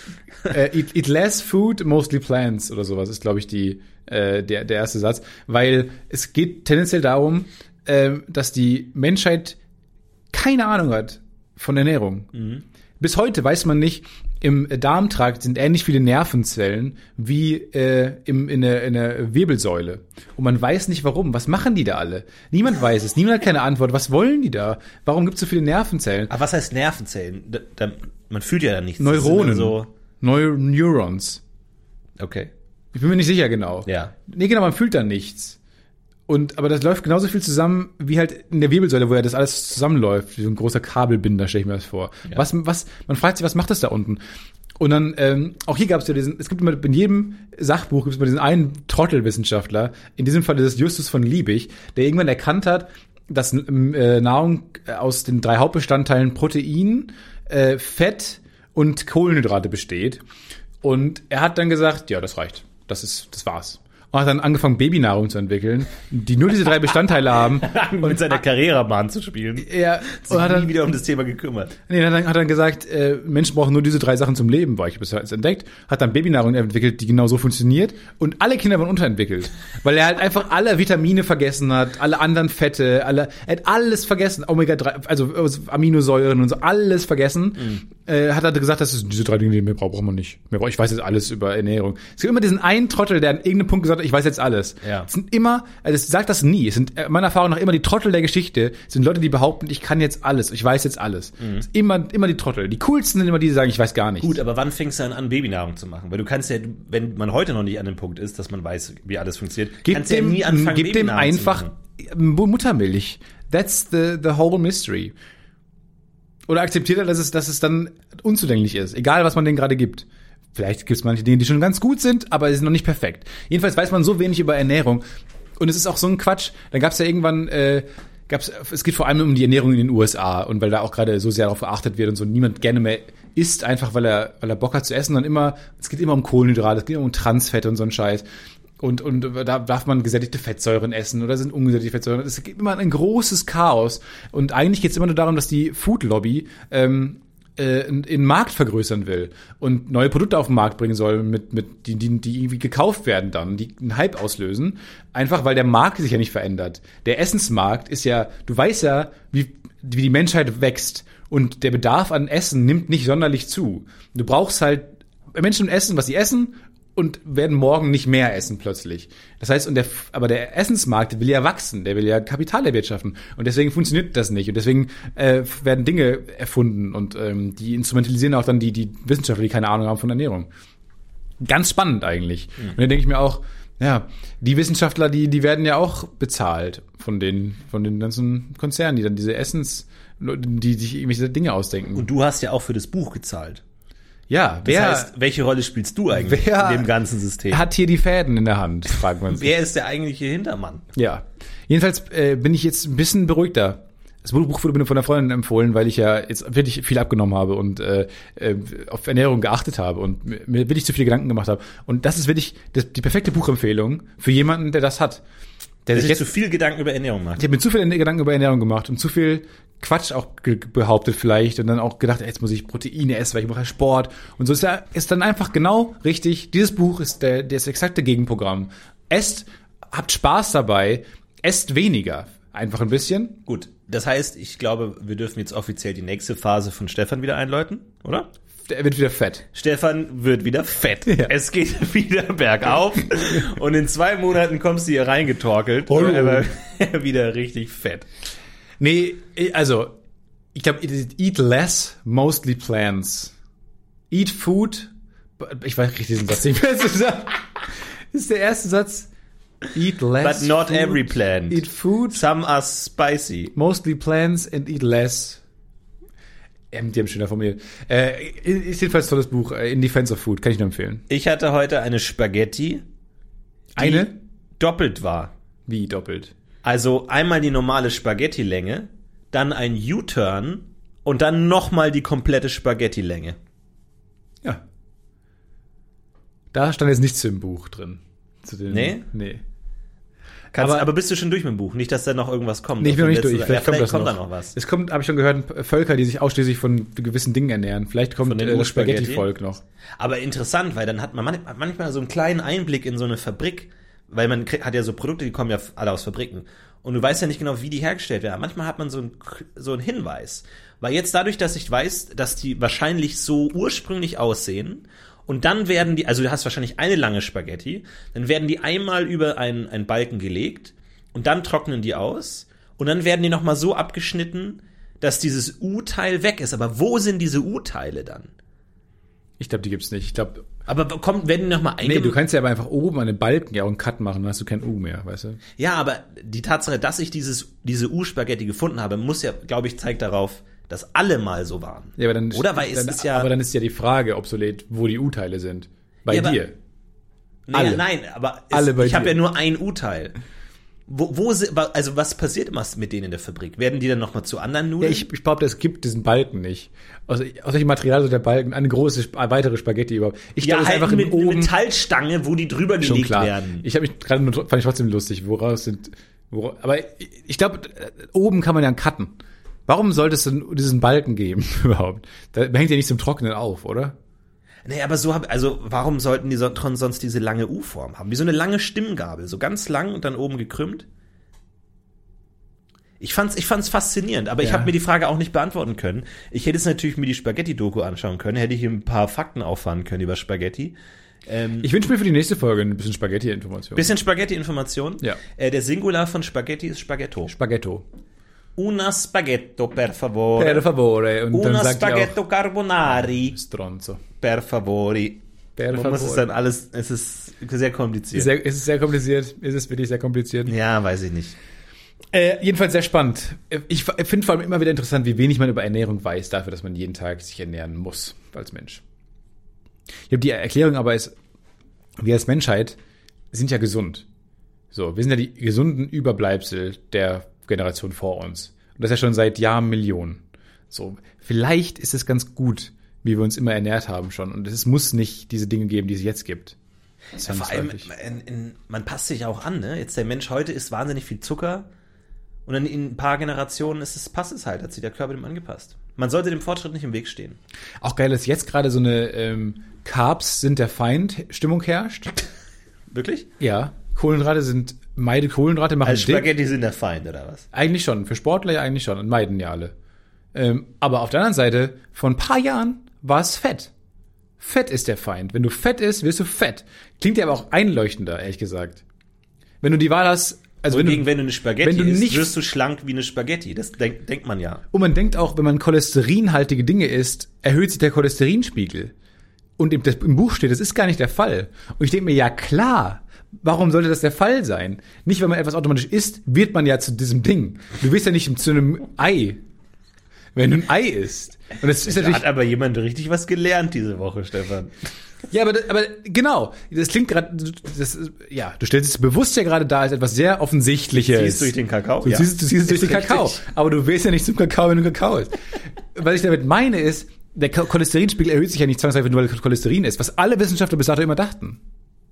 Eat less food, mostly plants oder sowas ist, glaube ich, der erste Satz. Weil es geht tendenziell darum, dass die Menschheit keine Ahnung hat von Ernährung. Mhm. Bis heute weiß man nicht, im Darmtrakt sind ähnlich viele Nervenzellen wie in der Wirbelsäule. Und man weiß nicht warum. Was machen die da alle? Niemand weiß es. Niemand hat keine Antwort. Was wollen die da? Warum gibt es so viele Nervenzellen? Aber was heißt Nervenzellen? Man fühlt ja da nichts. Neuronen. So Neurons. Okay. Ich bin mir nicht sicher genau. Ja. Nee, genau, man fühlt da nichts. Aber das läuft genauso viel zusammen wie halt in der Wirbelsäule, wo ja das alles zusammenläuft, wie so ein großer Kabelbinder, stelle ich mir das vor. Ja. Man fragt sich, was macht das da unten? Und dann, auch hier gab es ja es gibt immer, in jedem Sachbuch gibt es immer diesen einen Trottelwissenschaftler, in diesem Fall ist es Justus von Liebig, der irgendwann erkannt hat, dass Nahrung aus den 3 Hauptbestandteilen Protein, Fett und Kohlenhydrate besteht. Und er hat dann gesagt, ja, das reicht. Das war's. Und hat dann angefangen, Babynahrung zu entwickeln, die nur diese 3 Bestandteile haben. Und mit seiner Karrierebahn zu spielen. Ja. Und hat dann nie wieder um das Thema gekümmert. Nee, hat dann gesagt, Menschen brauchen nur diese 3 Sachen zum Leben, weil ich bis jetzt entdeckt. Hat dann Babynahrung entwickelt, die genau so funktioniert. Und alle Kinder waren unterentwickelt. Weil er halt einfach alle Vitamine vergessen hat, alle anderen Fette, er hat alles vergessen. Omega-3, also Aminosäuren und so, alles vergessen. Hat er gesagt, das ist diese 3 Dinge, die mehr braucht man nicht. Ich weiß jetzt alles über Ernährung. Es gibt immer diesen einen Trottel, der an irgendeinem Punkt gesagt hat, ich weiß jetzt alles. Ja. Es sind immer, also es sagt das nie. Es sind meiner Erfahrung nach immer die Trottel der Geschichte. Es sind Leute, die behaupten, ich kann jetzt alles, ich weiß jetzt alles. Es ist immer die Trottel. Die coolsten sind immer die, die sagen, ich weiß gar nichts. Gut, aber wann fängst du dann an, Babynahrung zu machen? Weil du kannst ja, wenn man heute noch nicht an dem Punkt ist, dass man weiß, wie alles funktioniert, kannst du ja nie anfangen, Babynahrung dem einfach Muttermilch. That's the whole mystery. Oder akzeptiert er, dass es dann unzugänglich ist, egal was man denen gerade gibt. Vielleicht gibt es manche Dinge, die schon ganz gut sind, aber sie sind noch nicht perfekt. Jedenfalls weiß man so wenig über Ernährung. Und es ist auch so ein Quatsch. Dann gab es ja irgendwann, es geht vor allem um die Ernährung in den USA. Und weil da auch gerade so sehr darauf geachtet wird und so niemand gerne mehr isst, einfach weil er Bock hat zu essen. Es geht immer um Kohlenhydrate, es geht immer um Transfette und so ein Scheiß. Und da darf man gesättigte Fettsäuren essen oder sind ungesättigte Fettsäuren. Es gibt immer ein großes Chaos. Und eigentlich geht es immer nur darum, dass die Food Lobby in Markt vergrößern will und neue Produkte auf den Markt bringen soll, die irgendwie gekauft werden dann, die einen Hype auslösen, einfach weil der Markt sich ja nicht verändert. Der Essensmarkt ist ja, du weißt ja, wie die Menschheit wächst und der Bedarf an Essen nimmt nicht sonderlich zu. Du brauchst halt, Menschen essen, was sie essen und werden morgen nicht mehr essen plötzlich. Das heißt, aber der Essensmarkt will ja wachsen, der will ja Kapital erwirtschaften und deswegen funktioniert das nicht und deswegen werden Dinge erfunden und die instrumentalisieren auch dann die Wissenschaftler, die keine Ahnung haben von Ernährung. Ganz spannend eigentlich. Und dann denke ich mir auch, ja, die Wissenschaftler, die werden ja auch bezahlt von den ganzen Konzernen, die dann diese die sich irgendwelche Dinge ausdenken. Und du hast ja auch für das Buch gezahlt. Ja, das heißt, welche Rolle spielst du eigentlich in dem ganzen System? Hat hier die Fäden in der Hand, fragt man sich. Wer ist der eigentliche Hintermann? Ja. Jedenfalls bin ich jetzt ein bisschen beruhigter. Das Buch wurde mir von einer Freundin empfohlen, weil ich ja jetzt wirklich viel abgenommen habe und auf Ernährung geachtet habe und mir wirklich zu viele Gedanken gemacht habe. Und das ist wirklich die perfekte Buchempfehlung für jemanden, der das hat. Der sich jetzt zu viel Gedanken über Ernährung macht. Ich habe mir zu viele Gedanken über Ernährung gemacht und zu viel Quatsch auch behauptet vielleicht und dann auch gedacht, jetzt muss ich Proteine essen, weil ich mache Sport und so. Ist dann einfach genau richtig. Dieses Buch ist das exakte Gegenprogramm. Esst, habt Spaß dabei, Esst weniger. Einfach ein bisschen. Gut, das heißt, ich glaube, wir dürfen jetzt offiziell die nächste Phase von Stefan wieder einläuten, oder? Er wird wieder fett. Stefan wird wieder fett. Ja. Es geht wieder bergauf und in 2 Monaten kommst du hier reingetorkelt und er war wieder richtig fett. Nee, also, ich glaube, eat less, mostly plants. Eat food, ich weiß nicht diesen Satz nicht mehr zu sagen. Das ist der erste Satz. Eat less. But not food, every plant. Eat food. Some are spicy. Mostly plants and eat less. Die haben schöner formuliert. Ist jedenfalls ein tolles Buch. In Defense of Food. Kann ich nur empfehlen. Ich hatte heute eine Spaghetti, die doppelt war. Wie doppelt? Also einmal die normale Spaghetti-Länge, dann ein U-Turn und dann nochmal die komplette Spaghetti-Länge. Ja. Da stand jetzt nichts im Buch drin. Nee. Aber bist du schon durch mit dem Buch? Nicht, dass da noch irgendwas kommt? Nee, ich bin noch nicht durch. Vielleicht kommt da noch was. Es kommt, habe ich schon gehört, Völker, die sich ausschließlich von gewissen Dingen ernähren. Vielleicht kommt das Spaghetti-Volk noch. Aber interessant, weil dann hat man manchmal so einen kleinen Einblick in so eine Fabrik, weil man hat ja so Produkte, die kommen ja alle aus Fabriken. Und du weißt ja nicht genau, wie die hergestellt werden. Manchmal hat man so einen Hinweis. Weil jetzt dadurch, dass ich weiß, dass die wahrscheinlich so ursprünglich aussehen, und dann werden die, also du hast wahrscheinlich eine lange Spaghetti, dann werden die einmal über einen Balken gelegt und dann trocknen die aus und dann werden die nochmal so abgeschnitten, dass dieses U-Teil weg ist. Aber wo sind diese U-Teile dann? Ich glaube, die gibt's nicht. Aber werden die nochmal Nee, du kannst ja aber einfach oben an den Balken ja auch einen Cut machen, dann hast du kein U mehr, weißt du? Ja, aber die Tatsache, dass ich diese U-Spaghetti gefunden habe, muss ja, glaube ich, zeigt darauf, dass alle mal so waren. Ja, aber dann, aber dann ist ja die Frage obsolet, wo die U-Teile sind. Bei dir. Nein, aber ich habe ja nur ein U-Teil. Also was passiert immer mit denen in der Fabrik? Werden die dann nochmal zu anderen Nudeln? Ja, ich glaube, es gibt diesen Balken nicht. Aus welchem Material ist der Balken? Eine große, weitere Spaghetti überhaupt. Ich glaube, es ist einfach mit eine Metallstange, wo die drüber gelegt werden. Ich habe mich gerade fand ich trotzdem lustig, aber ich glaube, oben kann man ja einen cutten. Warum sollte es denn diesen Balken geben überhaupt? Da hängt ja nicht zum Trocknen auf, oder? Nee, aber warum sollten die sonst diese lange U-Form haben? Wie so eine lange Stimmgabel, so ganz lang und dann oben gekrümmt. Ich fand's faszinierend, aber ich habe mir die Frage auch nicht beantworten können. Ich hätte jetzt natürlich mir die Spaghetti-Doku anschauen können, hätte ich hier ein paar Fakten auffahren können über Spaghetti. Ich wünsche mir für die nächste Folge ein bisschen Spaghetti-Information. Bisschen Spaghetti-Information? Ja. Der Singular von Spaghetti ist Spaghetto. Spaghetto. Una spaghetto, per favore. Per favore. Und una dann spaghetto carbonari. Stronzo. Per favori. Man muss es dann alles, es ist sehr kompliziert. Es ist sehr kompliziert. Ist es wirklich sehr kompliziert? Ja, weiß ich nicht. Jedenfalls sehr spannend. Ich finde vor allem immer wieder interessant, wie wenig man über Ernährung weiß, dafür, dass man jeden Tag sich ernähren muss als Mensch. Ich glaube, die Erklärung aber ist, wir als Menschheit sind ja gesund. So, wir sind ja die gesunden Überbleibsel der Generation vor uns. Und das ja schon seit Jahrmillionen. So, vielleicht ist es ganz gut, wie wir uns immer ernährt haben schon. Und es muss nicht diese Dinge geben, die es jetzt gibt. Ja, vor allem, man passt sich auch an, ne? Jetzt der Mensch heute isst wahnsinnig viel Zucker und dann in ein paar Generationen passt es halt, hat sich der Körper dem angepasst. Man sollte dem Fortschritt nicht im Weg stehen. Auch geil, dass jetzt gerade so eine Carbs sind der Feind Stimmung herrscht. Wirklich? Ja. Meide Kohlenhydrate, machen also Spaghetti sind der Feind, oder was? Eigentlich schon. Für Sportler ja eigentlich schon. Und meiden ja alle. Aber auf der anderen Seite, vor ein paar Jahren war es Fett. Fett ist der Feind. Wenn du fett isst, wirst du fett. Klingt ja aber auch einleuchtender, ehrlich gesagt. Wenn du die Wahl hast, wenn du eine Spaghetti isst, wirst du schlank wie eine Spaghetti. Das denkt man ja. Und man denkt auch, wenn man cholesterinhaltige Dinge isst, erhöht sich der Cholesterinspiegel. Und im Buch steht, das ist gar nicht der Fall. Und ich denke mir, ja klar, warum sollte das der Fall sein? Nicht, wenn man etwas automatisch isst, wird man ja zu diesem Ding. Du wirst ja nicht zu einem Ei, wenn du ein Ei isst. Und das ist natürlich. Hat aber jemand richtig was gelernt diese Woche, Stefan. Ja, aber genau. Das klingt gerade, du stellst es bewusst ja gerade da als etwas sehr Offensichtliches. Du siehst durch den Kakao? Du siehst es durch den Kakao. Aber du willst ja nicht zum Kakao, wenn du Kakao isst. Was ich damit meine ist, der Cholesterinspiegel erhöht sich ja nicht zwangsläufig, nur weil Cholesterin ist, was alle Wissenschaftler bis dato immer dachten.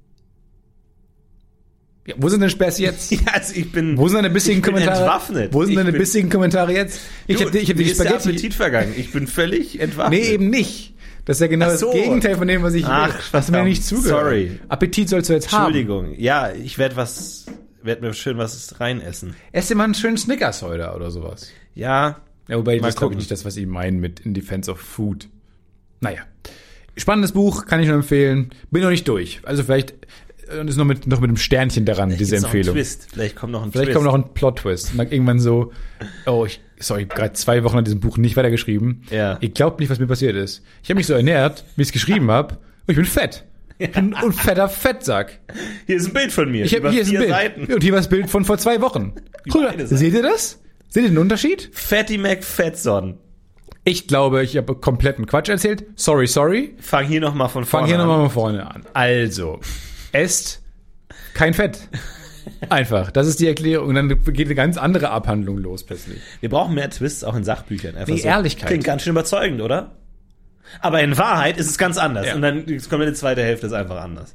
Ja, wo sind denn Späße jetzt? Ja, also wo sind deine bissigen Kommentare? Entwaffnet. Wo sind deine bissigen Kommentare jetzt? Ich hab die Spaghetti. Ist der Appetit vergangen. Ich bin völlig entwaffnet. Nee, eben nicht. Das ist ja genau das Gegenteil von dem, was ich will. Was mir nicht zugehört. Sorry. Appetit sollst du jetzt haben. Entschuldigung. Ja, ich werde was werd mir schön was reinessen. Ess dir mal einen schönen Snickers heute oder sowas. Ja. Wobei, das ist glaube ich nicht das, was Sie meinen mit In Defense of Food. Naja. Spannendes Buch, kann ich nur empfehlen. Bin noch nicht durch. Also vielleicht ist noch mit einem Sternchen daran, diese Empfehlung. Vielleicht kommt noch ein Plot-Twist. Und dann irgendwann so, ich habe gerade 2 Wochen an diesem Buch nicht weitergeschrieben. Ja. Ihr glaubt nicht, was mir passiert ist. Ich habe mich so ernährt, wie ich es geschrieben habe, und ich bin fett. Ich bin ein fetter Fettsack. Hier ist ein Bild von mir. Hier ist ein Bild. Seiten. Und hier war das Bild von vor 2 Wochen. Seht ihr das? Seht ihr den Unterschied? Fatty McFettson. Ich glaube, ich habe kompletten Quatsch erzählt. Sorry. Fang hier nochmal von vorne an. Also, esst kein Fett. Einfach. Das ist die Erklärung. Und dann geht eine ganz andere Abhandlung los plötzlich. Wir brauchen mehr Twists auch in Sachbüchern. Einfach so. Ehrlichkeit. Klingt ganz schön überzeugend, oder? Aber in Wahrheit ist es ganz anders. Ja. Und dann kommt die zweite Hälfte, ist einfach anders.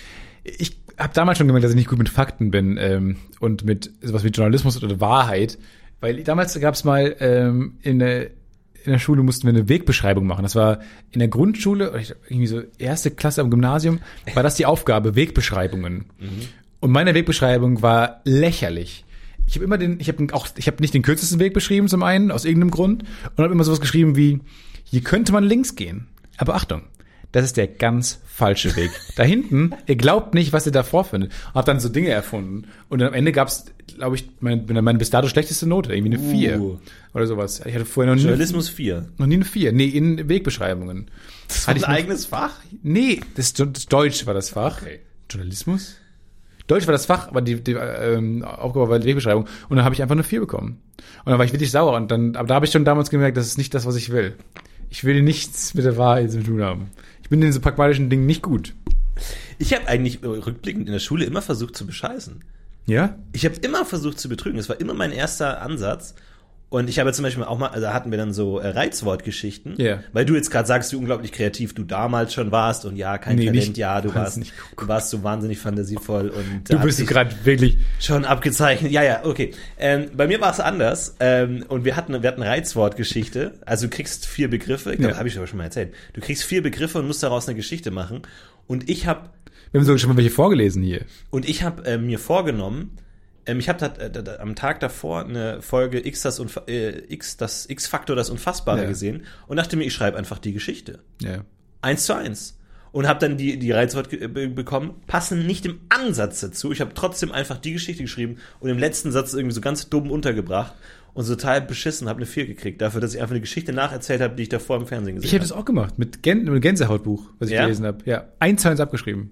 Ich habe damals schon gemerkt, dass ich nicht gut mit Fakten bin und mit sowas wie Journalismus oder Wahrheit. Weil damals gab es mal in der Schule mussten wir eine Wegbeschreibung machen. Das war in der Grundschule, irgendwie so 1. Klasse am Gymnasium, war das die Aufgabe, Wegbeschreibungen. Und meine Wegbeschreibung war lächerlich. Ich habe nicht den kürzesten Weg beschrieben zum einen, aus irgendeinem Grund, und habe immer sowas geschrieben wie, hier könnte man links gehen. Aber Achtung, das ist der ganz falsche Weg. Da hinten, ihr glaubt nicht, was ihr da vorfindet. Und habe dann so Dinge erfunden. Und am Ende gab's, glaube ich, meine bis dato schlechteste Note, irgendwie eine 4 oder sowas. Ich hatte vorher noch Journalismus 4. Noch nie eine 4. Nee, in Wegbeschreibungen. Das war ein eigenes Fach? Nee, das Deutsch war das Fach. Okay. Journalismus? Deutsch war das Fach, aber die Aufgabe war die Wegbeschreibung. Und dann habe ich einfach eine 4 bekommen. Und dann war ich wirklich sauer. Aber da habe ich schon damals gemerkt, das ist nicht das, was ich will. Ich will nichts mit der Wahrheit zu tun haben. Ich bin in so pragmatischen Dingen nicht gut. Ich habe eigentlich rückblickend in der Schule immer versucht zu bescheißen. Ja? Ich habe immer versucht zu betrügen. Das war immer mein erster Ansatz. Und ich habe zum Beispiel auch mal, also hatten wir dann so Reizwortgeschichten, weil du jetzt gerade sagst, wie unglaublich kreativ du damals schon warst und ja, kein Talent, nicht, ja, du warst so wahnsinnig fantasievoll und du bist gerade wirklich schon abgezeichnet. Ja, okay. Bei mir war es anders und wir hatten Reizwortgeschichte, also du kriegst 4 Begriffe, ich glaube, habe ich aber schon mal erzählt. Du kriegst 4 Begriffe und musst daraus eine Geschichte machen und wir haben sogar schon mal welche vorgelesen hier. Und ich habe mir vorgenommen, ich habe am Tag davor eine Folge das X-Faktor, das Unfassbare gesehen und dachte mir, ich schreibe einfach die Geschichte. Ja. 1:1. Und habe dann die Reizworte bekommen, passen nicht im Ansatz dazu. Ich habe trotzdem einfach die Geschichte geschrieben und im letzten Satz irgendwie so ganz dumm untergebracht und so total beschissen, habe eine 4 gekriegt. Dafür, dass ich einfach eine Geschichte nacherzählt habe, die ich davor im Fernsehen gesehen habe. Ich hätte das auch gemacht, mit Gänsehautbuch, was ich gelesen habe. Ja, 1:1 abgeschrieben.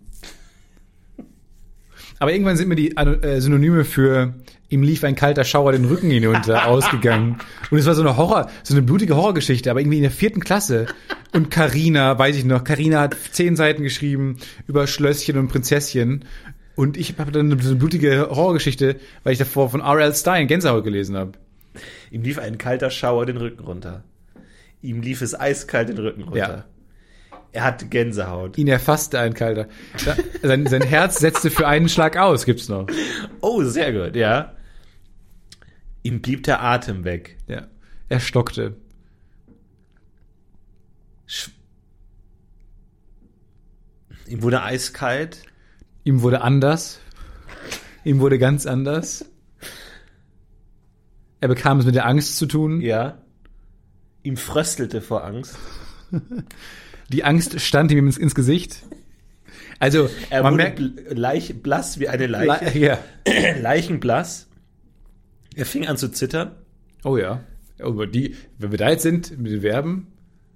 Aber irgendwann sind mir die Synonyme für ihm lief ein kalter Schauer den Rücken hinunter ausgegangen. Und es war so eine blutige Horrorgeschichte, aber irgendwie in der 4. Klasse. Und Carina hat 10 Seiten geschrieben über Schlösschen und Prinzesschen. Und ich habe dann so eine blutige Horrorgeschichte, weil ich davor von R.L. Stein Gänsehaut gelesen habe. Ihm lief ein kalter Schauer den Rücken runter. Ihm lief es eiskalt den Rücken runter. Ja. Er hat Gänsehaut. Ihn erfasste ein kalter. Sein Herz setzte für einen Schlag aus, gibt's noch. Oh, sehr gut, ja. Ihm blieb der Atem weg. Ja. Er stockte. Ihm wurde eiskalt. Ihm wurde anders. Ihm wurde ganz anders. Er bekam es mit der Angst zu tun. Ja. Ihm fröstelte vor Angst. Die Angst stand ihm ins Gesicht. Also, er man merkt, blass wie eine Leiche. Ja. Leichenblass. Er fing an zu zittern. Oh ja. Wenn wir da jetzt sind, mit den Verben.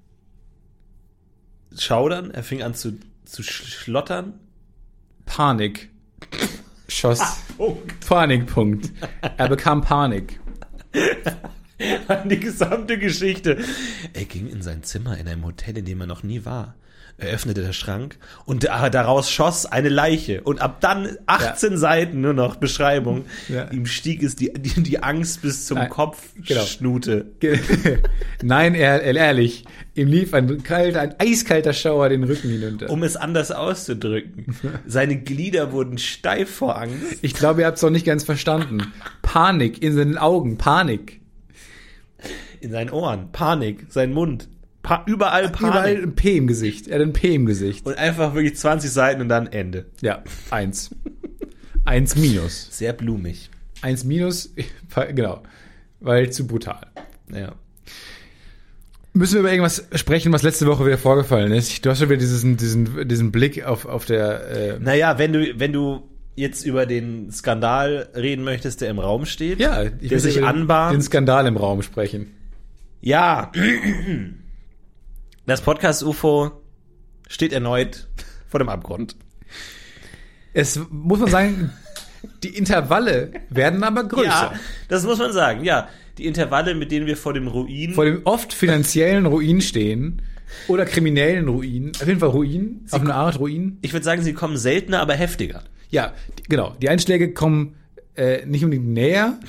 Schaudern. Er fing an zu schlottern. Panik. Schoss. Panikpunkt. Er bekam Panik. An die gesamte Geschichte. Er ging in sein Zimmer in einem Hotel, in dem er noch nie war. Er öffnete den Schrank und daraus schoss eine Leiche. Und ab dann 18 Seiten nur noch Beschreibung. Ja. Ihm stieg es die Angst bis zum Kopfschnute. Nein, ehrlich. Ihm lief ein eiskalter Schauer den Rücken hinunter. Um es anders auszudrücken. Seine Glieder wurden steif vor Angst. Ich glaube, ihr habt es noch nicht ganz verstanden. Panik in seinen Augen. Panik. In seinen Ohren. Panik. Sein Mund. Überall Panik. Überall ein P im Gesicht. Er hat ein P im Gesicht. Und einfach wirklich 20 Seiten und dann Ende. Ja, 1. 1-. Sehr blumig. 1-, genau. Weil zu brutal. Ja. Müssen wir über irgendwas sprechen, was letzte Woche wieder vorgefallen ist? Du hast schon wieder diesen Blick auf der... Naja, wenn du jetzt über den Skandal reden möchtest, der im Raum steht, ja, ich will sich anbahnt. Den Skandal im Raum sprechen. Ja. Das Podcast-UFO steht erneut vor dem Abgrund. Es muss man sagen, die Intervalle werden aber größer. Ja, das muss man sagen, ja. Die Intervalle, mit denen wir vor dem oft finanziellen Ruin stehen oder kriminellen Ruin, auf jeden Fall Ruin, auf eine Art Ruin. Ich würde sagen, sie kommen seltener, aber heftiger. Ja, genau. Die Einschläge kommen nicht unbedingt näher.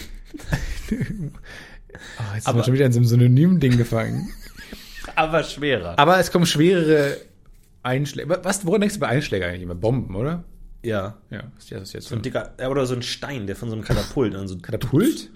Jetzt sind wir schon wieder in so einem Synonym-Ding gefangen. Aber schwerer. Aber es kommen schwerere Einschläge. Woran denkst du bei Einschlägen eigentlich immer? Bomben, oder? Ja. Ja, was ist das jetzt? So ein dicker, oder so ein Stein, der von so einem Katapult an so Katapult?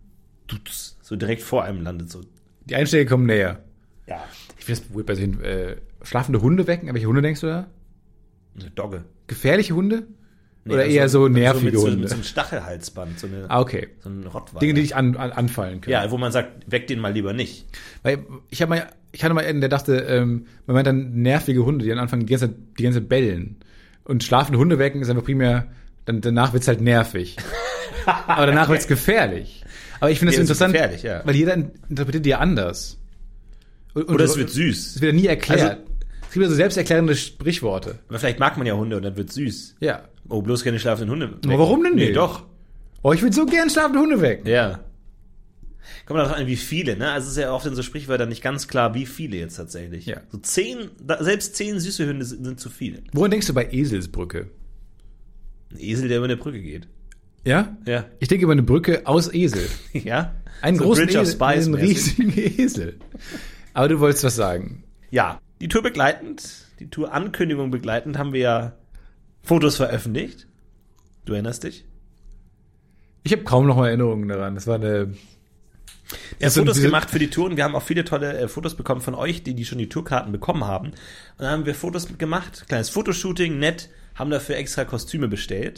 So direkt vor einem landet. So. Die Einschläge kommen näher. Ja. Ich finde das wohl bei den schlafende Hunde wecken. An welche Hunde denkst du da? Eine Dogge. Gefährliche Hunde? Nee, oder eher so nervige Hunde? Mit so einem Stachelhalsband. So okay. So ein Rottweiler. Dinge, die dich anfallen können. Ja, wo man sagt, weck den mal lieber nicht. Weil ich hatte mal einen, der dachte, man meint dann nervige Hunde, die dann anfangen, die ganze Zeit bellen. Und schlafende Hunde wecken ist einfach primär, danach wird's halt nervig. Aber danach wird's gefährlich. Aber ich finde das so interessant, ja. Weil jeder interpretiert die ja anders. Oder es wird süß. Es wird ja nie erklärt. Also, es gibt ja so selbsterklärende Sprichworte. Aber vielleicht mag man ja Hunde und dann wird süß. Ja. Oh, bloß keine schlafenden Hunde wecken. Aber warum denn nicht? Nee, doch. Oh, ich würde so gern schlafende Hunde wecken. Ja. Kommt darauf an, wie viele, ne? Also es ist ja oft in so Sprichwörtern nicht ganz klar, wie viele jetzt tatsächlich. Ja. So 10, selbst 10 süße Hunde sind zu viele. Woran denkst du bei Eselsbrücke? Ein Esel, der über eine Brücke geht. Ja? Ja. Ich denke über eine Brücke aus Esel. Ja? Einen so großen Esel, einen riesigen Esel. Aber du wolltest was sagen. Ja. Die Tour-Ankündigung begleitend haben wir ja Fotos veröffentlicht. Du erinnerst dich? Ich habe kaum noch mal Erinnerungen daran. Das war eine... Wir haben Fotos gemacht für die Tour und wir haben auch viele tolle Fotos bekommen von euch, die schon die Tourkarten bekommen haben. Und dann haben wir Fotos gemacht, kleines Fotoshooting, nett, haben dafür extra Kostüme bestellt.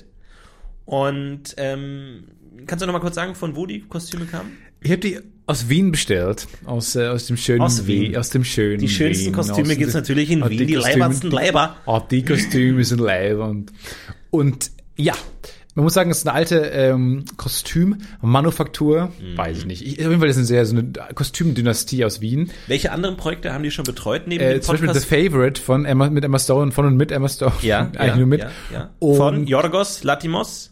Und kannst du noch mal kurz sagen, von wo die Kostüme kamen? Ich habe die aus Wien bestellt, aus dem schönen Wien. Aus dem schönen Die schönsten Wien. Kostüme gibt's natürlich in Wien, die leibersten Leiber. Die Kostüme sind Leiber. Und ja, man muss sagen, es ist eine alte Kostümmanufaktur. Weiß ich nicht. Auf jeden Fall ist es so eine Kostümdynastie aus Wien. Welche anderen Projekte haben die schon betreut neben dem Podcast? Zum Beispiel The Favorite mit Emma Stone, von und mit Emma Stone. Ja, eigentlich nur mit. Ja. Von Yorgos Lanthimos.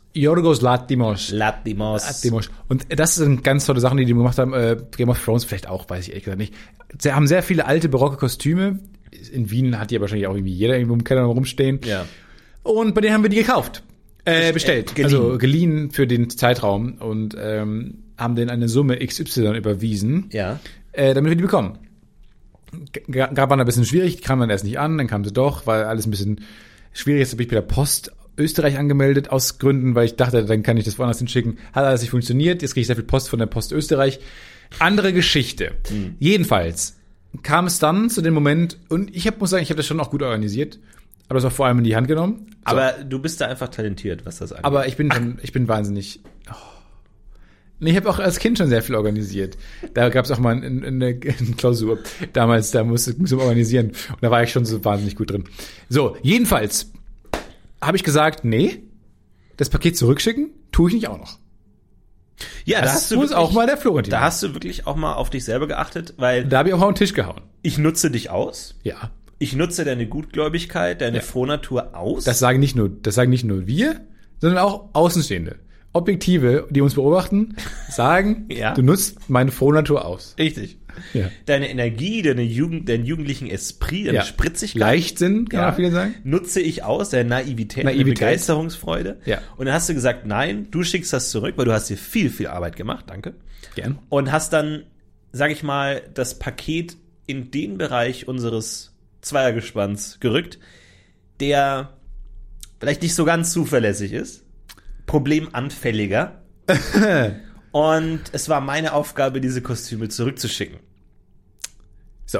Und das sind ganz tolle Sachen, die gemacht haben. Game of Thrones vielleicht auch, weiß ich ehrlich gesagt nicht. Sie haben sehr viele alte barocke Kostüme. In Wien hat die ja wahrscheinlich auch irgendwie jeder irgendwo im Keller rumstehen. Ja. Und bei denen haben wir die gekauft. Bestellt. Geliehen. Also geliehen für den Zeitraum und haben denen eine Summe XY überwiesen. Ja. Damit wir die bekommen. War ein bisschen schwierig, kam dann erst nicht an, dann kam sie doch, war alles ein bisschen schwierig. Jetzt habe ich bei der Post Österreich angemeldet, aus Gründen, weil ich dachte, dann kann ich das woanders hinschicken. Hat alles nicht funktioniert, jetzt kriege ich sehr viel Post von der Post Österreich. Andere Geschichte. Jedenfalls kam es dann zu dem Moment, und muss sagen, ich habe das schon auch gut organisiert, aber das auch vor allem in die Hand genommen. So. Aber du bist da einfach talentiert, was das angeht. Aber ich bin wahnsinnig... Nee, ich habe auch als Kind schon sehr viel organisiert. Da gab es auch mal eine Klausur. Damals, da musste ich organisieren. Und da war ich schon so wahnsinnig gut drin. So, jedenfalls habe ich gesagt, nee, das Paket zurückschicken, tue ich nicht auch noch. Ja, das muss wirklich, auch mal der Florentin. Da hast du wirklich auch mal auf dich selber geachtet, weil... Da habe ich auch auf den Tisch gehauen. Ich nutze dich aus. Ja. Ich nutze deine Gutgläubigkeit, deine Frohnatur aus. Das sagen nicht nur wir, sondern auch Außenstehende. Objektive, die uns beobachten, sagen, du nutzt meine Frohnatur aus. Richtig. Ja. Deine Energie, deinen jugendlichen Esprit, deine Spritzigkeit. Leichtsinn, kann man viele sagen. Nutze ich aus, deine Naivität. Deine Begeisterungsfreude. Ja. Und dann hast du gesagt, nein, du schickst das zurück, weil du hast dir viel, viel Arbeit gemacht, danke. Gern. Und hast dann, sag ich mal, das Paket in den Bereich unseres Zweiergespanns gerückt, der vielleicht nicht so ganz zuverlässig ist. Problemanfälliger. Und es war meine Aufgabe, diese Kostüme zurückzuschicken. So.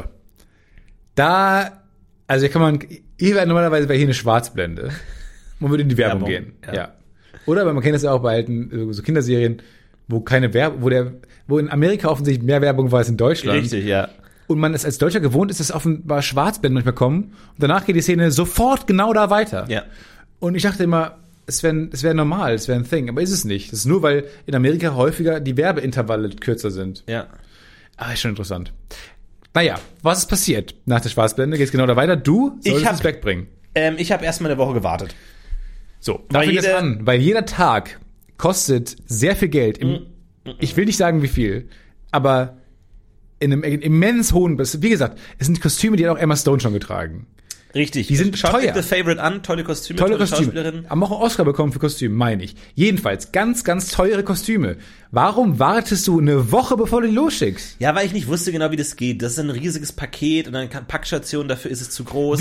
Normalerweise wäre hier eine Schwarzblende. Man würde in die Werbung gehen. Ja. Oder, weil man kennt das ja auch bei alten so Kinderserien, wo keine Werbung, wo in Amerika offensichtlich mehr Werbung war als in Deutschland. Richtig, ja. Und man es als Deutscher gewohnt ist, dass offenbar Schwarzblenden manchmal kommen. Und danach geht die Szene sofort genau da weiter. Ja. Und ich dachte immer, es wäre normal, es wäre ein Thing. Aber ist es nicht. Das ist nur, weil in Amerika häufiger die Werbeintervalle kürzer sind. Ja. Ist schon interessant. Naja, was ist passiert? Nach der Schwarzblende geht es genau da weiter. Du solltest es wegbringen. Ich habe erstmal eine Woche gewartet. So, da fängt es an. Weil jeder Tag kostet sehr viel Geld. Ich will nicht sagen, wie viel, aber in einem immens hohen, wie gesagt, es sind Kostüme, die hat auch Emma Stone schon getragen. Richtig. Die sind teuer. The Favorite an, tolle Kostüme, tolle Schauspielerin. Haben auch einen Oscar bekommen für Kostüme, meine ich. Jedenfalls, ganz, ganz teure Kostüme. Warum wartest du eine Woche, bevor du die losschickst? Ja, weil ich nicht wusste genau, wie das geht. Das ist ein riesiges Paket und eine Packstation, dafür ist es zu groß.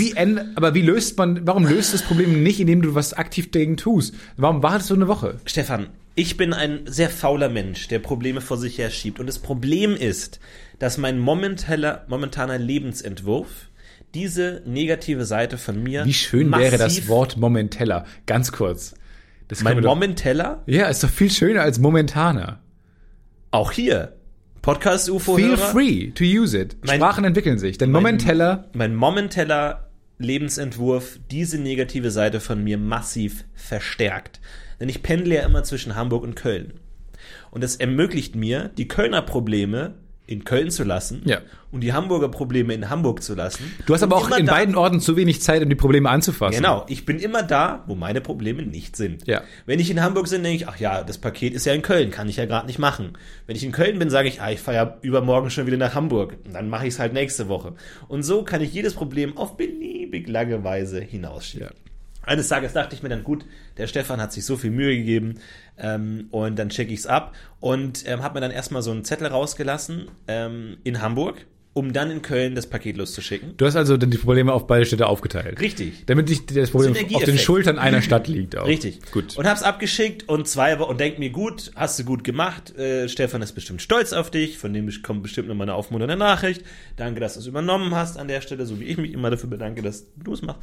Warum löst das Problem nicht, indem du was aktiv dagegen tust? Warum wartest du eine Woche? Stefan, ich bin ein sehr fauler Mensch, der Probleme vor sich her schiebt. Und das Problem ist, dass mein momentaner Lebensentwurf diese negative Seite von mir. Wie schön wäre das Wort momenteller. Ganz kurz. Mein momenteller? Ja, ist doch viel schöner als momentaner. Auch hier. Podcast-UFO-Hörer. Feel free to use it. Sprachen entwickeln sich. Denn momenteller. Mein momenteller Lebensentwurf diese negative Seite von mir massiv verstärkt. Denn ich pendle ja immer zwischen Hamburg und Köln. Und es ermöglicht mir, die Kölner Probleme in Köln zu lassen und die Hamburger Probleme in Hamburg zu lassen. Du hast aber auch in beiden Orten zu wenig Zeit, um die Probleme anzufassen. Genau, ich bin immer da, wo meine Probleme nicht sind. Ja. Wenn ich in Hamburg bin, denke ich, ach ja, das Paket ist ja in Köln, kann ich ja gerade nicht machen. Wenn ich in Köln bin, sage ich, ich fahre ja übermorgen schon wieder nach Hamburg. Dann mache ich es halt nächste Woche. Und so kann ich jedes Problem auf beliebig lange Weise hinausschieben. Ja. Eines Tages dachte ich mir dann, gut, der Stefan hat sich so viel Mühe gegeben und dann checke ich es ab und habe mir dann erstmal so einen Zettel rausgelassen in Hamburg, um dann in Köln das Paket loszuschicken. Du hast also dann die Probleme auf beide Städte aufgeteilt. Richtig. Damit nicht das Problem auf den Schultern einer Stadt liegt. Auch. Richtig. Gut. Und hab's abgeschickt und denk mir, gut, hast du gut gemacht. Stefan ist bestimmt stolz auf dich, von dem kommt bestimmt nochmal eine aufmunternde Nachricht. Danke, dass du es übernommen hast an der Stelle, so wie ich mich immer dafür bedanke, dass du es machst.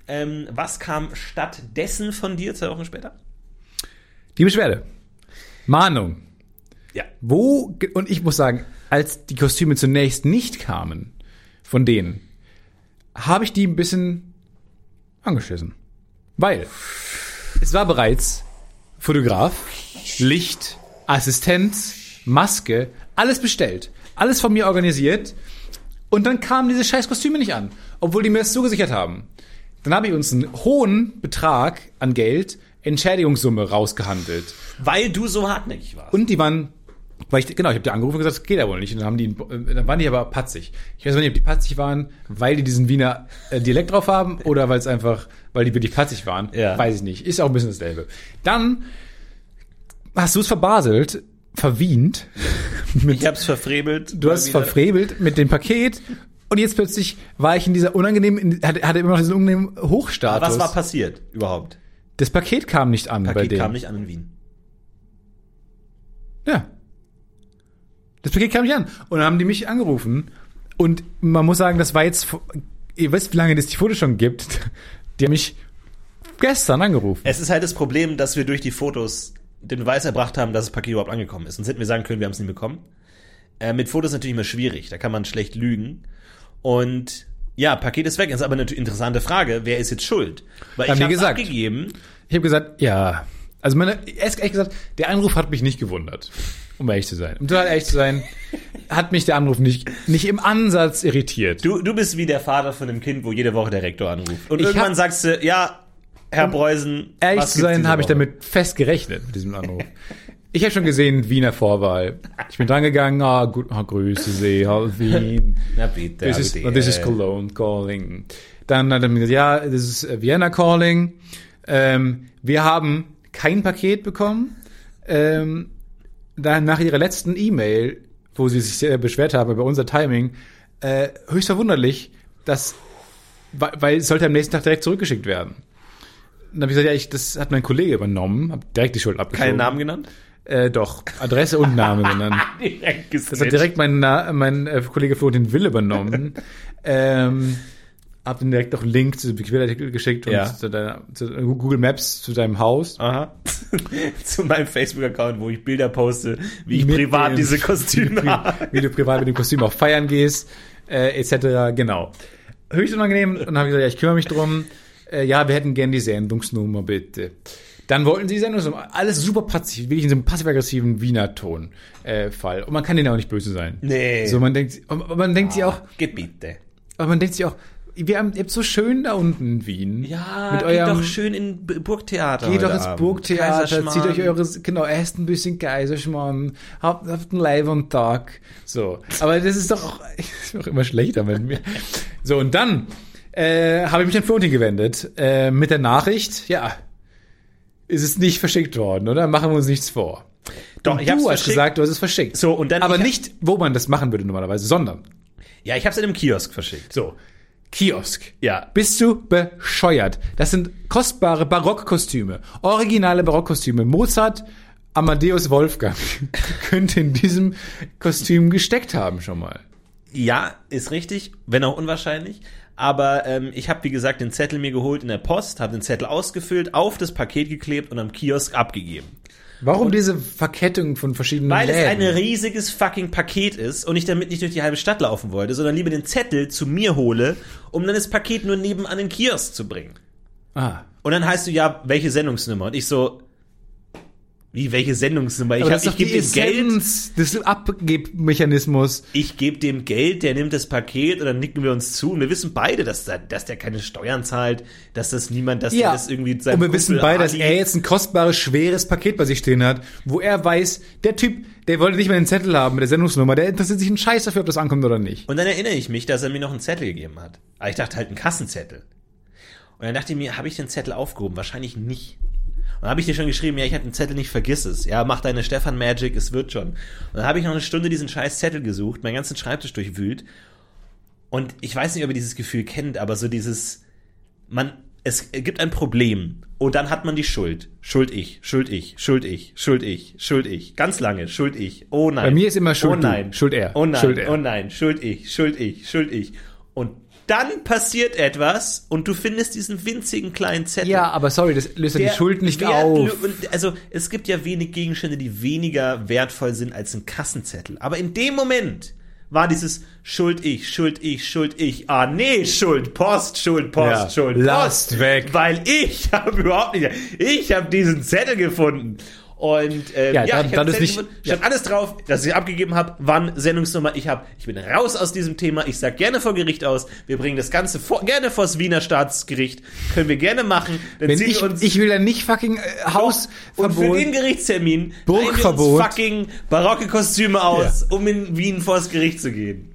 Was kam stattdessen von dir 2 Wochen später? Die Beschwerde. Mahnung. Ja. Und ich muss sagen, als die Kostüme zunächst nicht kamen von denen, habe ich die ein bisschen angeschissen. Weil es war bereits Fotograf, Licht, Assistenz, Maske, alles bestellt. Alles von mir organisiert. Und dann kamen diese scheiß Kostüme nicht an, obwohl die mir das zugesichert haben. Dann habe ich uns einen hohen Betrag an Geld, Entschädigungssumme rausgehandelt. Weil du so hartnäckig warst. Und die waren, ich habe die angerufen und gesagt, das geht ja wohl nicht. Und dann waren die aber patzig. Ich weiß nicht, ob die patzig waren, weil die diesen Wiener Dialekt drauf haben oder weil die wirklich patzig waren. Ja. Weiß ich nicht. Ist auch ein bisschen dasselbe. Dann hast du es verbaselt, verwient. Ich hab's verfrebelt. Du hast es verfrebelt mit dem Paket. Und jetzt plötzlich war ich in dieser hatte immer noch diesen unangenehmen Hochstatus. Aber was war passiert überhaupt? Das Paket kam nicht an bei denen. Das Paket kam nicht an in Wien. Ja. Das Paket kam nicht an. Und dann haben die mich angerufen. Und man muss sagen, das war jetzt, ihr wisst, wie lange es die Fotos schon gibt. Die haben mich gestern angerufen. Es ist halt das Problem, dass wir durch die Fotos den Beweis erbracht haben, dass das Paket überhaupt angekommen ist. Sonst hätten wir sagen können, wir haben es nicht bekommen. Mit Fotos natürlich immer schwierig. Da kann man schlecht lügen. Und ja, Paket ist weg. Das ist aber eine interessante Frage. Wer ist jetzt schuld? Weil ich habe abgegeben. Ich habe gesagt, ja. Also ehrlich gesagt, der Anruf hat mich nicht gewundert. Um ehrlich zu sein. Um total ehrlich zu sein, hat mich der Anruf nicht im Ansatz irritiert. Du bist wie der Vater von einem Kind, wo jede Woche der Rektor anruft. Und irgendwann sagst du, ja, Herr Breusen. Ehrlich zu sein, habe ich damit fest gerechnet, mit diesem Anruf. Ich habe schon gesehen, Wiener Vorwahl. Ich bin dran gegangen, grüße Sie, Wien. Na bitte. This is Cologne calling. Dann hat er mir gesagt, ja, das ist Vienna calling. Wir haben kein Paket bekommen. Dann nach ihrer letzten E-Mail, wo sie sich sehr beschwert haben über unser Timing, höchst verwunderlich, weil es sollte am nächsten Tag direkt zurückgeschickt werden. Dann habe ich gesagt, ja, das hat mein Kollege übernommen, habe direkt die Schuld abgeschoben. Keinen Namen genannt? Doch, Adresse und Name genannt. Das hat direkt mein Kollege Florentin Will übernommen. hab den direkt noch einen Link zu dem Wikipedia-Artikel geschickt und zu Google Maps zu deinem Haus. Aha. Zu meinem Facebook-Account, wo ich Bilder poste, wie ich privat diese Kostüme habe. Wie du privat mit dem Kostüm auch feiern gehst, etc. Genau. Höchst unangenehm. Und dann habe ich gesagt, ja, ich kümmere mich drum. Ja, wir hätten gern die Sendungsnummer, bitte. Dann wollten sie die Sendungsnummer. Alles super passiv, wirklich in so einem passiv-aggressiven Wiener Ton-Fall. Und man kann denen auch nicht böse sein. Nee. So, man denkt sich auch... Gebiete. Aber man denkt sich auch, ihr habt so schön da unten in Wien. Ja, mit geht doch schön in Burgtheater. Geht doch ins Burgtheater, zieht euch esst ein bisschen Kaiserschmarrn, habt einen leibenden Tag. So. Aber das ist doch auch immer schlechter mit mir. So, und dann habe ich mich an Florentin gewendet, mit der Nachricht, ja, ist es nicht verschickt worden, oder? Machen wir uns nichts vor. Doch, ich hab's du hast gesagt, du hast es verschickt. So, und dann aber nicht, wo man das machen würde normalerweise, sondern... Ja, ich hab's in einem Kiosk verschickt. So, Kiosk. Ja. Bist du bescheuert? Das sind kostbare Barockkostüme. Originale Barockkostüme. Mozart, Amadeus Wolfgang könnte in diesem Kostüm gesteckt haben schon mal. Ja, ist richtig, wenn auch unwahrscheinlich. Aber ich habe, wie gesagt, den Zettel mir geholt in der Post, habe den Zettel ausgefüllt, auf das Paket geklebt und am Kiosk abgegeben. Warum diese Verkettung von verschiedenen Läden? Weil es ein Läden? riesiges fucking Paket ist und ich damit nicht durch die halbe Stadt laufen wollte, sondern lieber den Zettel zu mir hole, um dann das Paket nur nebenan den Kiosk zu bringen. Ah. Und dann heißt du, ja, welche Sendungsnummer? Und ich so, wie, welche Sendungsnummer? Ich gebe dem Geld. Das Abgebmechanismus. Ich gebe dem Geld, der nimmt das Paket und dann nicken wir uns zu. Und wir wissen beide, dass der keine Steuern zahlt, dass das niemand, dass der das irgendwie sein. Und wir wissen beide, dass er jetzt ein kostbares, schweres Paket bei sich stehen hat, wo er weiß, der Typ, der wollte nicht mehr den Zettel haben mit der Sendungsnummer, der interessiert sich einen Scheiß dafür, ob das ankommt oder nicht. Und dann erinnere ich mich, dass er mir noch einen Zettel gegeben hat. Aber ich dachte halt einen Kassenzettel. Und dann dachte ich mir, habe ich den Zettel aufgehoben? Wahrscheinlich nicht. Und dann habe ich dir schon geschrieben, ja, ich hatte den Zettel nicht, vergiss es. Ja, mach deine Stefan-Magic, es wird schon. Und dann habe ich noch eine Stunde diesen scheiß Zettel gesucht, meinen ganzen Schreibtisch durchwühlt. Und ich weiß nicht, ob ihr dieses Gefühl kennt, aber so dieses, es gibt ein Problem. Und dann hat man die Schuld. Schuld ich. Ganz lange, Schuld ich. Oh nein. Bei mir ist immer Schuld oh nein. Schuld er. Oh nein, Schuld er. Oh nein, Schuld ich. Und dann passiert etwas und du findest diesen winzigen kleinen Zettel. Ja, aber sorry, das löst ja die Schuld nicht auf. Also es gibt ja wenig Gegenstände, die weniger wertvoll sind als ein Kassenzettel. Aber in dem Moment war dieses Schuld ich. Ah nee, Post. Lasst weg. Weil ich habe diesen Zettel gefunden. Und ich stand alles drauf, dass ich abgegeben habe, wann, Sendungsnummer ich habe. Ich bin raus aus diesem Thema. Ich sag gerne vor Gericht aus. Wir bringen das Ganze gerne vors Wiener Staatsgericht. Können wir gerne machen. Dann ich will ja nicht fucking Hausverbot. Und für den Gerichtstermin Burgverbot. wir uns fucking barocke Kostüme aus, um in Wien vors Gericht zu gehen.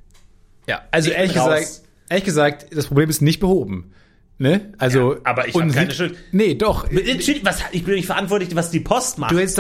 Ja, also ehrlich gesagt, das Problem ist nicht behoben. Ne? Also, ja, aber ich habe keine Schuld. Nee, doch. Ich bin nicht verantwortlich, was die Post macht. Du hättest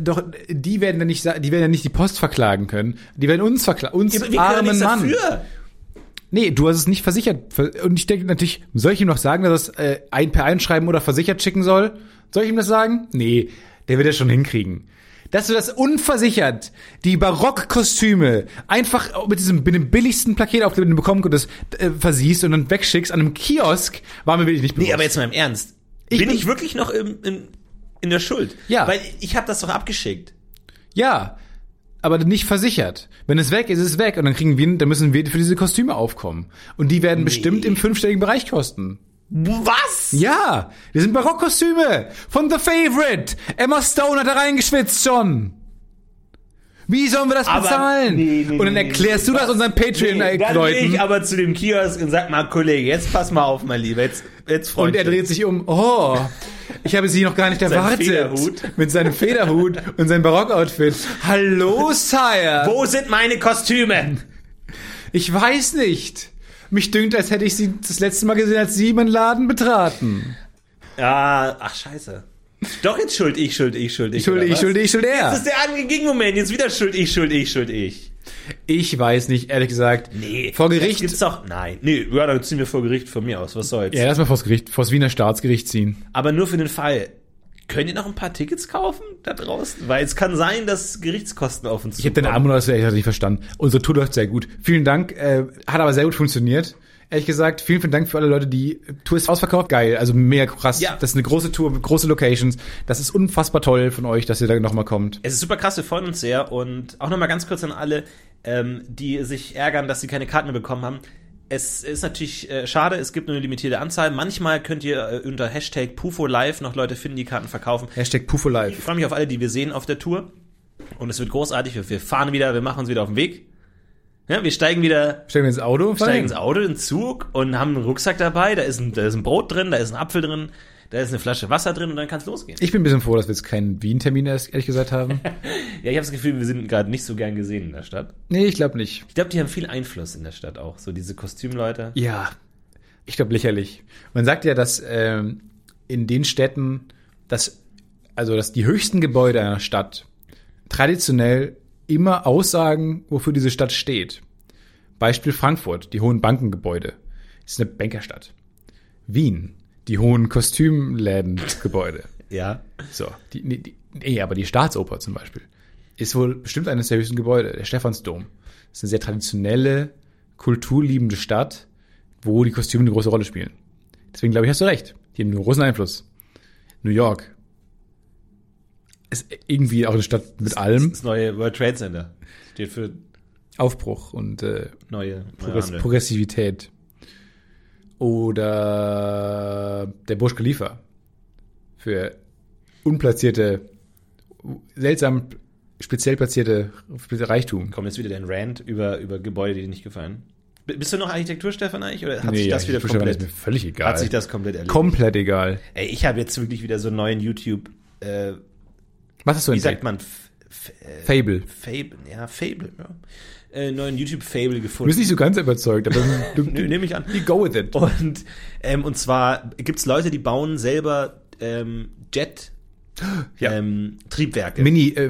die werden ja nicht die Post verklagen können. Die werden uns verklagen. Uns armen Mann. Dafür. Nee, du hast es nicht versichert. Und ich denke natürlich, soll ich ihm noch sagen, dass er es per Einschreiben oder versichert schicken soll? Soll ich ihm das sagen? Nee, der wird das schon hinkriegen. Dass du das unversichert, die Barockkostüme, einfach mit dem billigsten Paket, auf dem du bekommen konntest, versiehst und dann wegschickst an einem Kiosk, war mir wirklich nicht bewusst. Nee, aber jetzt mal im Ernst. Bin ich wirklich noch in der Schuld? Ja. Weil ich habe das doch abgeschickt. Ja, aber nicht versichert. Wenn es weg ist, ist es weg. Und dann müssen wir für diese Kostüme aufkommen. Und die werden bestimmt im 5-stelligen Bereich kosten. Was? Ja, das sind Barockkostüme von The Favorite. Emma Stone hat da reingeschwitzt schon. Wie sollen wir das bezahlen? Nee, und dann erklärst du das unseren Patreon-Leuten. Dann gehe ich aber zu dem Kiosk und sag mal, Kollege, jetzt pass mal auf, mein Lieber, jetzt freut Und er dreht sich um. Oh, ich habe sie noch gar nicht erwartet. Mit seinem Federhut und seinem Barockoutfit. Hallo, Sire. Wo sind meine Kostüme? Ich weiß nicht. Mich dünkt, als hätte ich sie das letzte Mal gesehen, als sie meinen Laden betraten. Ja, ach scheiße. Doch, jetzt schuld ich. Schuld er. Jetzt ist der andere Gegenmoment, jetzt wieder schuld ich. Ich weiß nicht, ehrlich gesagt. Nee. Vor Gericht. Gibt's doch, nein. Nee, ja, dann ziehen wir vor Gericht von mir aus, was soll's. Ja, lass mal vors Wiener Staatsgericht ziehen. Aber nur für den Fall. Könnt ihr noch ein paar Tickets kaufen da draußen? Weil es kann sein, dass Gerichtskosten auf uns zukommen. Ich habe deine Armut nicht verstanden. Unsere Tour läuft sehr gut. Vielen Dank. Hat aber sehr gut funktioniert. ehrlich gesagt, vielen Dank für alle Leute, die Tour ist ausverkauft. Geil, also mega krass. Ja. Das ist eine große Tour, große Locations. Das ist unfassbar toll von euch, dass ihr da nochmal kommt. Es ist super krass, wir freuen uns sehr. Und auch nochmal ganz kurz an alle, die sich ärgern, dass sie keine Karten mehr bekommen haben. Es ist natürlich schade, es gibt nur eine limitierte Anzahl. Manchmal könnt ihr unter Hashtag PufoLive noch Leute finden, die Karten verkaufen. Hashtag PufoLive. Ich freue mich auf alle, die wir sehen auf der Tour. Und es wird großartig. Wir fahren wieder, wir machen uns wieder auf den Weg. Ja, wir steigen ins Auto, in den Zug und haben einen Rucksack dabei. Da ist ein Brot drin, da ist ein Apfel drin, da ist eine Flasche Wasser drin und dann kann es losgehen. Ich bin ein bisschen froh, dass wir jetzt keinen Wien-Termin ehrlich gesagt haben. Ja, ich habe das Gefühl, wir sind gerade nicht so gern gesehen in der Stadt. Nee, ich glaube nicht. Ich glaube, die haben viel Einfluss in der Stadt auch, so diese Kostümleute. Ja, ich glaube lächerlich. Man sagt ja, dass in den Städten, dass die höchsten Gebäude einer Stadt traditionell immer aussagen, wofür diese Stadt steht. Beispiel Frankfurt, die hohen Bankengebäude. Ist eine Bankerstadt. Wien, die hohen Kostümlädengebäude. Ja. So, aber die Staatsoper zum Beispiel ist wohl bestimmt eines der höchsten Gebäude, der Stephansdom. Das ist eine sehr traditionelle, kulturliebende Stadt, wo die Kostüme eine große Rolle spielen. Deswegen glaube ich, hast du recht. Die haben einen großen Einfluss. New York ist irgendwie auch eine Stadt mit allem. Das neue World Trade Center steht für Aufbruch und neue Progressivität. Oder der Burj Khalifa für unplatzierte, seltsam speziell platzierte Reichtum. Kommt jetzt wieder dein Rant über Gebäude, die dir nicht gefallen? Bist du noch Architektur, Stefan, eigentlich? Oder hat sich das wieder komplett... ist mir völlig egal. Hat sich das komplett erledigt? Komplett egal. Ey, ich habe jetzt wirklich wieder so einen neuen YouTube... was hast du entdeckt? Wie sagt man? Fable. Fable, ja. Neuen YouTube-Fable gefunden. Du bist nicht so ganz überzeugt, aber Nö, nehme ich an. You go with it. Und zwar gibt's Leute, die bauen selber Triebwerke.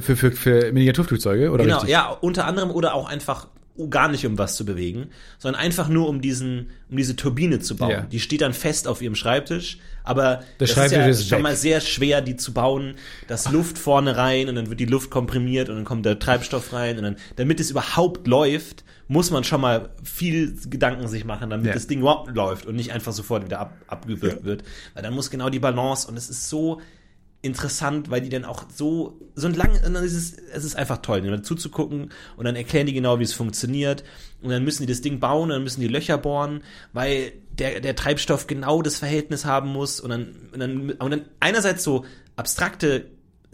Für Miniaturflugzeuge, oder? Genau, richtig? Ja, unter anderem oder auch einfach gar nicht, um was zu bewegen, sondern einfach nur um diese Turbine zu bauen. Ja. Die steht dann fest auf ihrem Schreibtisch, aber das ist schon mal sehr schwer, die zu bauen. Das Luft vorne rein und dann wird die Luft komprimiert und dann kommt der Treibstoff rein und dann, damit es überhaupt läuft, muss man schon mal viel Gedanken sich machen, damit das Ding überhaupt läuft und nicht einfach sofort wieder abgewürgt wird. Weil dann muss genau die Balance und es ist so interessant, weil die dann auch so entlang, und dann es ist einfach toll, denen dazu zu gucken und dann erklären die genau, wie es funktioniert und dann müssen die das Ding bauen und dann müssen die Löcher bohren, weil der Treibstoff genau das Verhältnis haben muss und dann einerseits so abstrakte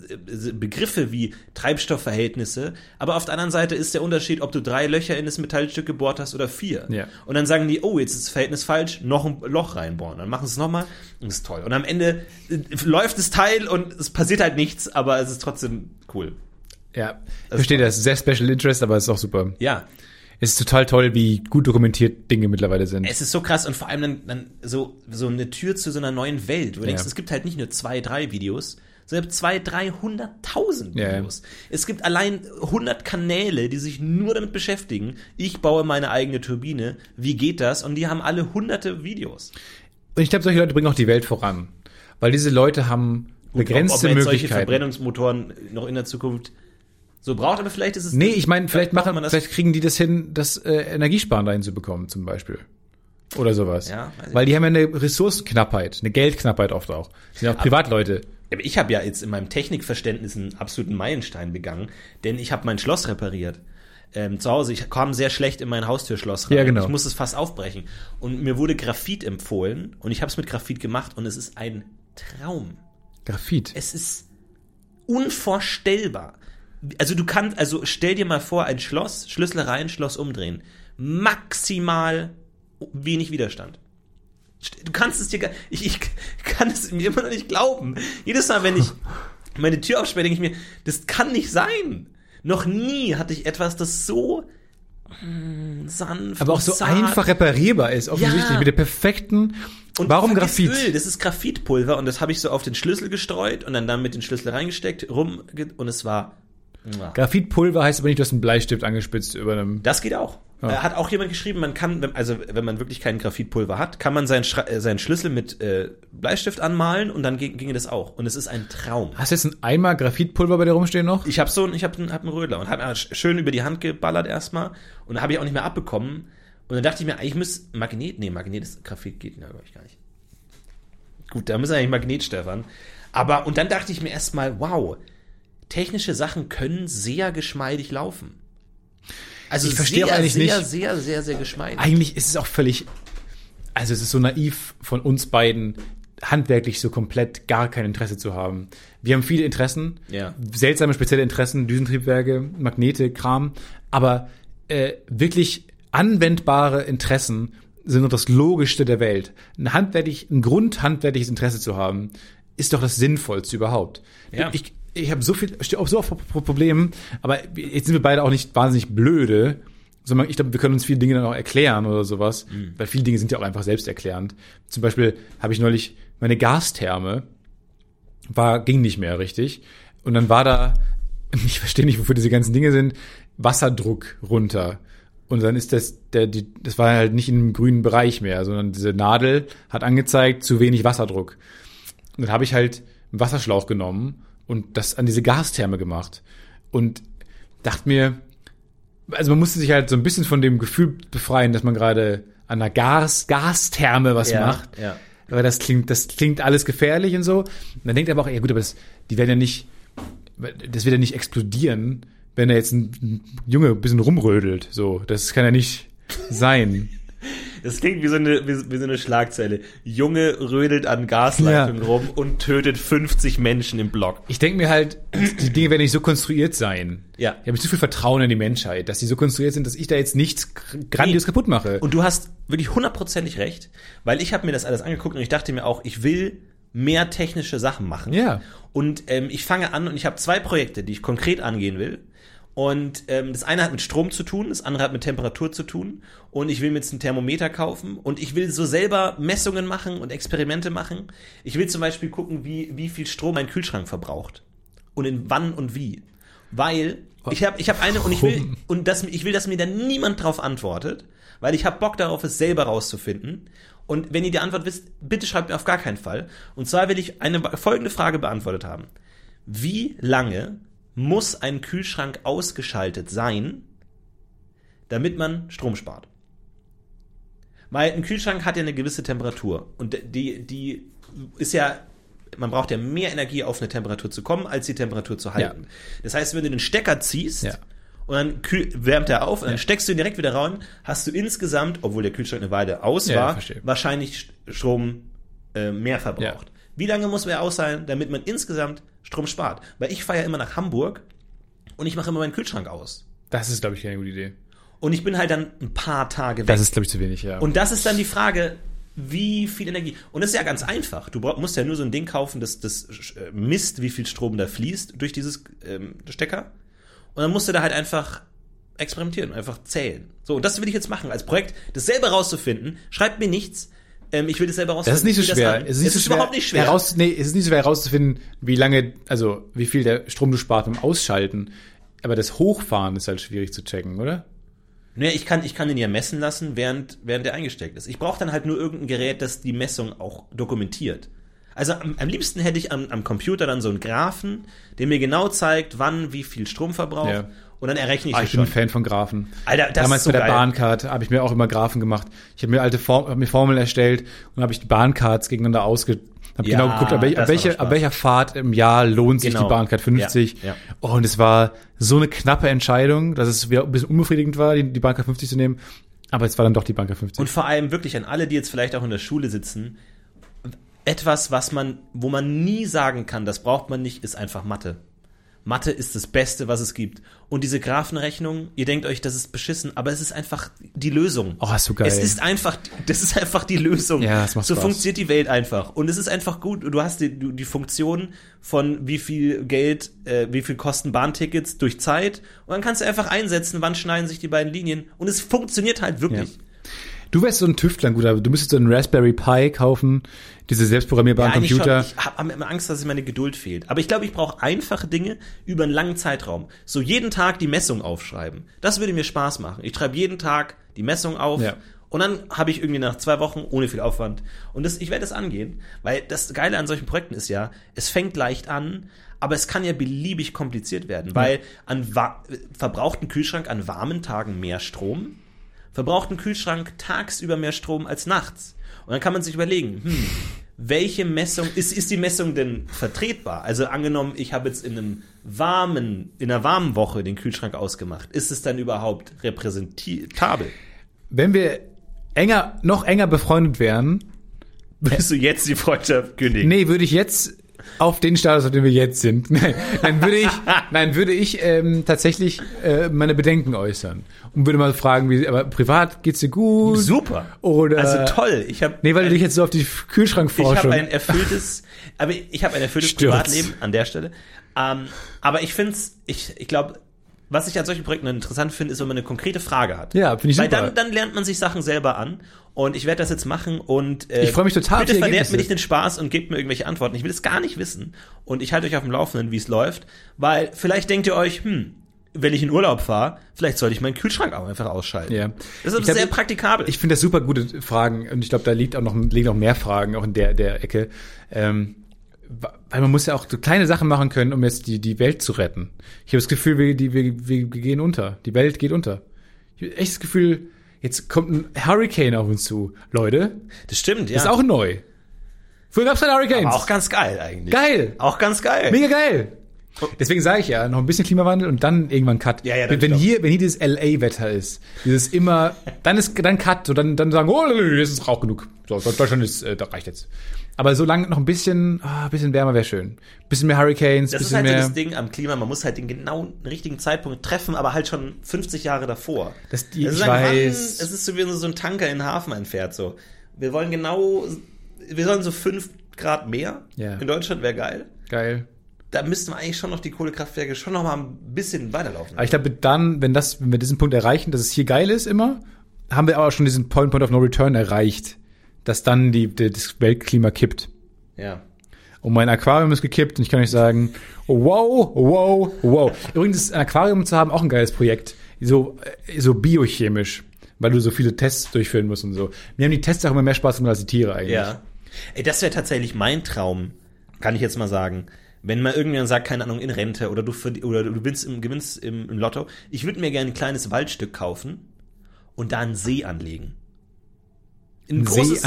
Begriffe wie Treibstoffverhältnisse, aber auf der anderen Seite ist der Unterschied, ob du 3 Löcher in das Metallstück gebohrt hast oder 4. Ja. Und dann sagen die, oh, jetzt ist das Verhältnis falsch, noch ein Loch reinbohren. Dann machen sie es nochmal und das ist toll. Und am Ende läuft das Teil und es passiert halt nichts, aber es ist trotzdem cool. Ja, ich verstehe das. Sehr Special Interest, aber es ist auch super. Ja. Es ist total toll, wie gut dokumentiert Dinge mittlerweile sind. Es ist so krass und vor allem dann so eine Tür zu so einer neuen Welt. Du denkst, es gibt halt nicht nur 2, 3 Videos, sondern 200.000-300.000 Videos. Ja. Es gibt allein 100 Kanäle, die sich nur damit beschäftigen. Ich baue meine eigene Turbine. Wie geht das? Und die haben alle hunderte Videos. Und ich glaube, solche Leute bringen auch die Welt voran. Weil diese Leute haben begrenzte Möglichkeiten. Solche Verbrennungsmotoren noch in der Zukunft so braucht, aber vielleicht ist es... Nee, ich meine, vielleicht kriegen die das hin, das Energiesparen dahin zu bekommen, zum Beispiel. Oder sowas. Ja, weil die haben ja eine Ressourcenknappheit, eine Geldknappheit oft auch. Das sind auch Privatleute. Aber ich habe ja jetzt in meinem Technikverständnis einen absoluten Meilenstein begangen, denn ich habe mein Schloss repariert. Zu Hause, ich kam sehr schlecht in mein Haustürschloss rein. Ja, genau. Ich musste es fast aufbrechen. Und mir wurde Graphit empfohlen und ich habe es mit Graphit gemacht und es ist ein Traum. Graphit? Es ist unvorstellbar. Also stell dir mal vor, ein Schloss, Schlüssel rein, Schloss umdrehen. Maximal wenig Widerstand. Du kannst es dir ich kann es mir immer noch nicht glauben. Jedes Mal, wenn ich meine Tür aufsperre, denke ich mir, das kann nicht sein. Noch nie hatte ich etwas, das so sanft, aber auch so einfach reparierbar ist, offensichtlich, mit der perfekten. Und warum Graphit? Öl, das ist Graphitpulver und das habe ich so auf den Schlüssel gestreut und dann mit den Schlüssel reingesteckt, und es war... Graphitpulver heißt aber nicht, du hast einen Bleistift angespitzt über einem... Das geht auch. Ja. Hat auch jemand geschrieben, man kann, wenn man wirklich kein Graphitpulver hat, kann man seinen Schlüssel mit Bleistift anmalen und dann ginge das auch. Und es ist ein Traum. Hast du jetzt einen Eimer Graphitpulver bei dir rumstehen noch? Ich habe einen Rödler und habe schön über die Hand geballert erstmal und habe ich auch nicht mehr abbekommen. Und dann dachte ich mir, eigentlich müsste Magnet ist Graphit, geht glaube ich gar nicht. Gut, da müssen wir eigentlich Magnet, Stefan. Und dann dachte ich mir erstmal, wow, technische Sachen können sehr geschmeidig laufen. Also ich verstehe auch eigentlich nicht. Sehr, sehr, sehr geschmeidig. Eigentlich ist es auch völlig, also es ist so naiv von uns beiden, handwerklich so komplett gar kein Interesse zu haben. Wir haben viele Interessen, seltsame, spezielle Interessen, Düsentriebwerke, Magnete, Kram, aber wirklich anwendbare Interessen sind doch das Logischste der Welt. Ein grundhandwerkliches Interesse zu haben, ist doch das Sinnvollste überhaupt. Ja. Ich habe stehe auch so auf Problemen, aber jetzt sind wir beide auch nicht wahnsinnig blöde, sondern ich glaube, wir können uns viele Dinge dann auch erklären oder sowas, weil viele Dinge sind ja auch einfach selbsterklärend. Zum Beispiel habe ich neulich meine Gastherme, ging nicht mehr richtig, und dann war da, ich verstehe nicht, wofür diese ganzen Dinge sind, Wasserdruck runter. Und dann ist das war halt nicht im grünen Bereich mehr, sondern diese Nadel hat angezeigt, zu wenig Wasserdruck. Und dann habe ich halt einen Wasserschlauch genommen und das an diese Gastherme gemacht. Und dachte mir, also man musste sich halt so ein bisschen von dem Gefühl befreien, dass man gerade an einer Gastherme was macht. Ja. Aber das klingt alles gefährlich und so. Und dann denkt er aber auch, ja gut, aber das wird ja nicht explodieren, wenn da jetzt ein Junge ein bisschen rumrödelt. So, das kann ja nicht sein. Das klingt wie so eine Schlagzeile. Junge rödelt an Gasleitung rum und tötet 50 Menschen im Block. Ich denke mir halt, die Dinge werden nicht so konstruiert sein. Ja. Ich habe zu viel Vertrauen in die Menschheit, dass die so konstruiert sind, dass ich da jetzt nichts grandios kaputt mache. Und du hast wirklich 100%ig recht, weil ich habe mir das alles angeguckt und ich dachte mir auch, ich will mehr technische Sachen machen. Ja. Und ich fange an und ich habe 2 Projekte, die ich konkret angehen will. Und das eine hat mit Strom zu tun, das andere hat mit Temperatur zu tun. Und ich will mir jetzt ein Thermometer kaufen und ich will so selber Messungen machen und Experimente machen. Ich will zum Beispiel gucken, wie viel Strom mein Kühlschrank verbraucht und in wann und wie. Weil ich hab eine und ich will, dass mir dann niemand drauf antwortet, weil ich habe Bock darauf, es selber rauszufinden. Und wenn ihr die Antwort wisst, bitte schreibt mir auf gar keinen Fall. Und zwar will ich eine folgende Frage beantwortet haben. Wie lange muss ein Kühlschrank ausgeschaltet sein, damit man Strom spart? Weil ein Kühlschrank hat ja eine gewisse Temperatur und die ist ja, man braucht ja mehr Energie, auf eine Temperatur zu kommen, als die Temperatur zu halten. Ja. Das heißt, wenn du den Stecker ziehst und dann wärmt er auf und dann steckst du ihn direkt wieder rein, hast du insgesamt, obwohl der Kühlschrank eine Weile aus war, wahrscheinlich Strom mehr verbraucht. Ja. Wie lange muss er aus sein, damit man insgesamt Strom spart? Weil ich fahre ja immer nach Hamburg und ich mache immer meinen Kühlschrank aus. Das ist, glaube ich, keine gute Idee. Und ich bin halt dann ein paar Tage weg. Das ist, glaube ich, zu wenig, ja. Und das ist dann die Frage, wie viel Energie. Und das ist ja ganz einfach. Du musst ja nur so ein Ding kaufen, das misst, wie viel Strom da fließt durch dieses Stecker. Und dann musst du da halt einfach experimentieren, einfach zählen. So, und das will ich jetzt machen als Projekt, das selber rauszufinden. Schreibt mir nichts. Ich will das selber rausfinden. Das ist nicht so schwer. Es ist überhaupt nicht schwer. Es ist nicht so schwer herauszufinden, wie viel der Strom du spart beim Ausschalten. Aber das Hochfahren ist halt schwierig zu checken, oder? Naja, ich kann den ja messen lassen, während der eingesteckt ist. Ich brauche dann halt nur irgendein Gerät, das die Messung auch dokumentiert. Also am liebsten hätte ich am Computer dann so einen Graphen, der mir genau zeigt, wann wie viel Strom verbraucht. Ja. Und dann errechne ich das schon. Ich bin ein Fan von Graphen. Alter, das damals ist so bei der Bahncard habe ich mir auch immer Graphen gemacht. Ich habe mir Formeln erstellt und habe ich die Bahncards gegeneinander habe genau geguckt, ab welcher Fahrt im Jahr lohnt sich die Bahncard 50. Ja. Oh, und es war so eine knappe Entscheidung, dass es wieder ein bisschen unbefriedigend war, die Bahncard 50 zu nehmen. Aber es war dann doch die Bahncard 50. Und vor allem wirklich an alle, die jetzt vielleicht auch in der Schule sitzen, etwas, wo man nie sagen kann, das braucht man nicht, ist einfach Mathe. Mathe ist das Beste, was es gibt. Und diese Graphenrechnung, ihr denkt euch, das ist beschissen, aber es ist einfach die Lösung. Oh, ist so geil. Das ist einfach die Lösung. Ja, das macht so Spaß. Funktioniert die Welt einfach. Und es ist einfach gut. Du hast die Funktion von wie viel Geld, wie viel kosten Bahntickets durch Zeit. Und dann kannst du einfach einsetzen, wann schneiden sich die beiden Linien. Und es funktioniert halt wirklich. Ja. Du wärst so ein Tüftler, gut, aber du müsstest so einen Raspberry Pi kaufen, diese selbstprogrammierbaren Computer. Ich habe immer Angst, dass meine Geduld fehlt. Aber ich glaube, ich brauche einfache Dinge über einen langen Zeitraum. So jeden Tag die Messung aufschreiben. Das würde mir Spaß machen. Ich schreibe jeden Tag die Messung auf. Ja. Und dann habe ich irgendwie nach 2 Wochen ohne viel Aufwand. Und ich werde das angehen, weil das Geile an solchen Projekten ist ja, es fängt leicht an, aber es kann ja beliebig kompliziert werden, weil verbraucht ein Kühlschrank an warmen Tagen mehr Strom? verbraucht ein Kühlschrank tagsüber mehr Strom als nachts. Und dann kann man sich überlegen, welche Messung, ist die Messung denn vertretbar? Also angenommen, ich habe jetzt in einer warmen Woche den Kühlschrank ausgemacht. Ist es dann überhaupt repräsentabel? Wenn wir noch enger befreundet wären. Würdest du jetzt die Freundschaft kündigen? Nee, würde ich jetzt auf den Status, auf dem wir jetzt sind. Nein, würde ich tatsächlich meine Bedenken äußern. Und würde mal fragen, aber privat geht's dir gut? Super. Oder also toll. Weil du dich jetzt so auf die Kühlschrankforschung. Ich habe ein erfülltes Privatleben an der Stelle. Aber ich glaube, was ich an solchen Projekten interessant finde, ist, wenn man eine konkrete Frage hat. Ja, finde ich super. Weil dann lernt man sich Sachen selber an. Und ich werde das jetzt machen und ich freue mich total. Bitte verderbt mir nicht den Spaß und gebt mir irgendwelche Antworten. Ich will es gar nicht wissen. Und ich halte euch auf dem Laufenden, wie es läuft. Weil vielleicht denkt ihr euch, wenn ich in Urlaub fahre, vielleicht sollte ich meinen Kühlschrank auch einfach ausschalten. Ja. Das ist sehr praktikabel. Ich finde das super gute Fragen. Und ich glaube, da liegen noch mehr Fragen, auch in der Ecke. Weil man muss ja auch so kleine Sachen machen können, um jetzt die Welt zu retten. Ich habe das Gefühl, wir gehen unter. Die Welt geht unter. Ich habe echt das Gefühl, jetzt kommt ein Hurricane auf uns zu. Leute. Das stimmt, ja. Das ist auch neu. Früher gab's keine Hurricanes. Aber auch ganz geil eigentlich. Geil. Auch ganz geil. Mega geil. Deswegen sage ich ja, noch ein bisschen Klimawandel und dann irgendwann Cut. Ja, wenn hier dieses LA-Wetter ist, dieses immer, dann Cut, so dann sagen, jetzt ist auch genug. So, Deutschland ist, da reicht jetzt. Aber solange noch ein bisschen wärmer wäre schön. Bisschen mehr Hurricanes, das bisschen ist halt mehr. Das Ding am Klima, man muss halt den genauen richtigen Zeitpunkt treffen, aber halt schon 50 Jahre davor. Ich weiß. Es ist so wie so ein Tanker in den Hafen einfährt, so. Wir sollen so 5 Grad mehr. Ja. In Deutschland wäre geil. Geil. Da müssten wir eigentlich schon noch die Kohlekraftwerke schon noch mal ein bisschen weiterlaufen. Aber ich glaube, dann, wenn wir diesen Punkt erreichen, dass es hier geil ist immer, haben wir aber schon diesen Point of No Return erreicht, dass dann das Weltklima kippt. Ja. Und mein Aquarium ist gekippt und ich kann euch sagen, wow. Übrigens, ein Aquarium zu haben, auch ein geiles Projekt. So biochemisch, weil du so viele Tests durchführen musst und so. Mir haben die Tests auch immer mehr Spaß gemacht als die Tiere eigentlich. Ja. Ey, das wäre tatsächlich mein Traum, kann ich jetzt mal sagen. Wenn mal irgendjemand sagt, keine Ahnung, in Rente oder du gewinnst im Lotto, ich würde mir gerne ein kleines Waldstück kaufen und da einen See anlegen. Ein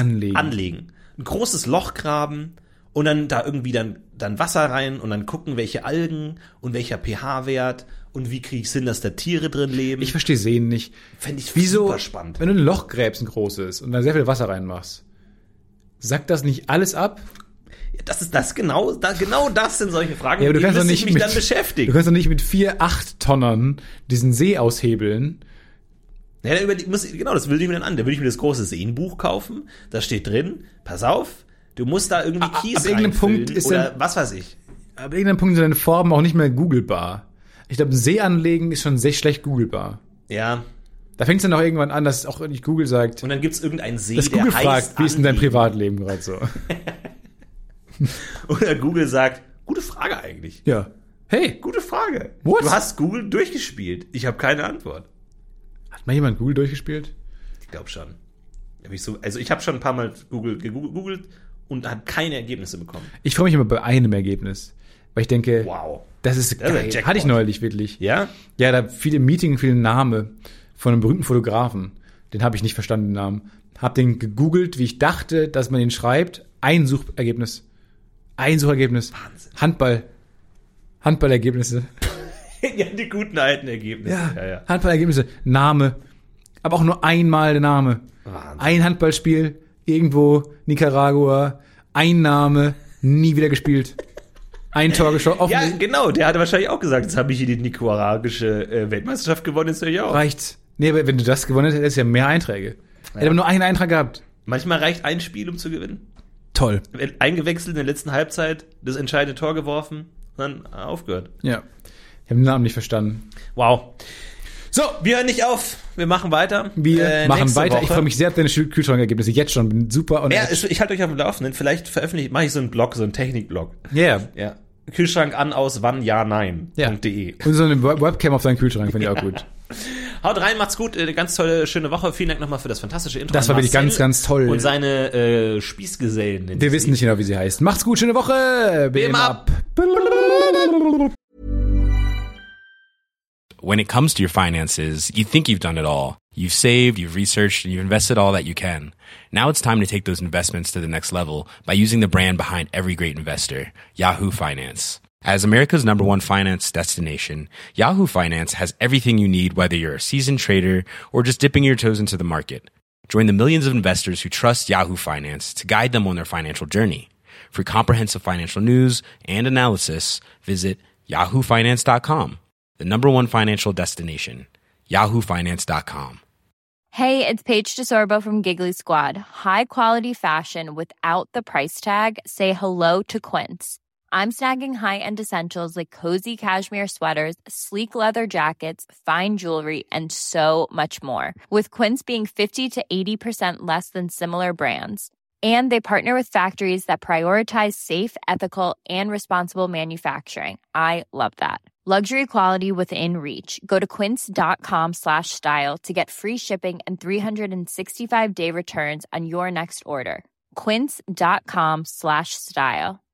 großes Loch graben und dann da irgendwie dann Wasser rein und dann gucken, welche Algen und welcher pH-Wert und wie kriege ich es hin, dass da Tiere drin leben. Ich verstehe Seen nicht. Fände ich super spannend. Wenn du ein Loch gräbst, ein großes, und da sehr viel Wasser reinmachst, sackt das nicht alles ab? Genau das sind solche Fragen, ja, aber die müsste ich mich dann beschäftigen. Du kannst doch nicht mit 4-8 Tonnern diesen See aushebeln. Ja, das will ich mir dann an. Da würde ich mir das große Seenbuch kaufen. Da steht drin, pass auf, du musst da irgendwie Kies reinfüllen oder was weiß ich. Ab irgendeinem Punkt sind deine Formen auch nicht mehr googelbar. Ich glaube, ein See anlegen ist schon sehr schlecht googelbar. Ja. Da fängt es dann auch irgendwann an, dass auch nicht Google sagt. Und dann gibt's irgendeinen See, dass Google fragt, wie ist denn dein Privatleben gerade so? Oder Google sagt, gute Frage eigentlich. Ja. Hey. Gute Frage. What? Du hast Google durchgespielt. Ich habe keine Antwort. Hat mal jemand Google durchgespielt? Ich glaube schon. Ich habe schon ein paar Mal gegoogelt und habe keine Ergebnisse bekommen. Ich freue mich immer bei einem Ergebnis. Weil ich denke, wow, das ist geil. Hatte ich neulich wirklich. Ja? Ja, da viele Name von einem berühmten Fotografen. Den habe ich nicht verstanden, den Namen. Hab den gegoogelt, wie ich dachte, dass man den schreibt. Ein Suchergebnis. Wahnsinn. Handballergebnisse. Ja, die guten alten Ergebnisse. Ja. Handballergebnisse. Name. Aber auch nur einmal der Name. Wahnsinn. Ein Handballspiel. Irgendwo. Nicaragua. Ein Name. Nie wieder gespielt. Ein Tor geschossen. Ja, genau. Der hatte wahrscheinlich auch gesagt, jetzt habe ich hier die nicaragische Weltmeisterschaft gewonnen, jetzt höre ich auch. Reicht. Nee, aber wenn du das gewonnen hättest, ja mehr Einträge. Ja. Hätte aber nur einen Eintrag gehabt. Manchmal reicht ein Spiel, um zu gewinnen. Toll. Eingewechselt in der letzten Halbzeit, das entscheidende Tor geworfen, dann aufgehört. Ja. Ich habe den Namen nicht verstanden. Wow. So, wir hören nicht auf. Wir machen weiter. Wir machen weiter. Woche. Ich freue mich sehr auf deine Kühlschrankergebnisse. Jetzt schon. Bin super. Ja, ich halte euch auf dem Laufenden. Vielleicht mache ich so einen Blog, so einen Technikblog. Yeah. Ja. Kühlschrank an, aus, wann, ja, nein. .de. Und so eine Webcam auf deinen Kühlschrank finde ich auch gut. Haut rein, macht's gut. Eine ganz tolle, schöne Woche. Vielen Dank nochmal für das fantastische Intro. Das war wirklich ganz, ganz toll. Und seine Spießgesellen. Wir wissen nicht genau, wie sie heißt. Macht's gut, schöne Woche. BM ab. When it comes to your finances, you think you've done it all. You've saved, you've researched, and you've invested all that you can. Now it's time to take those investments to the next level by using the brand behind every great investor, Yahoo Finance. As America's #1 finance destination, Yahoo Finance has everything you need, whether you're a seasoned trader or just dipping your toes into the market. Join the millions of investors who trust Yahoo Finance to guide them on their financial journey. For comprehensive financial news and analysis, visit yahoofinance.com, the #1 financial destination, yahoofinance.com. Hey, it's Paige DeSorbo from Giggly Squad. High quality fashion without the price tag. Say hello to Quince. I'm snagging high-end essentials like cozy cashmere sweaters, sleek leather jackets, fine jewelry, and so much more. With Quince being 50 to 80% less than similar brands. And they partner with factories that prioritize safe, ethical, and responsible manufacturing. I love that. Luxury quality within reach. Go to quince.com/style to get free shipping and 365-day returns on your next order. Quince.com/style.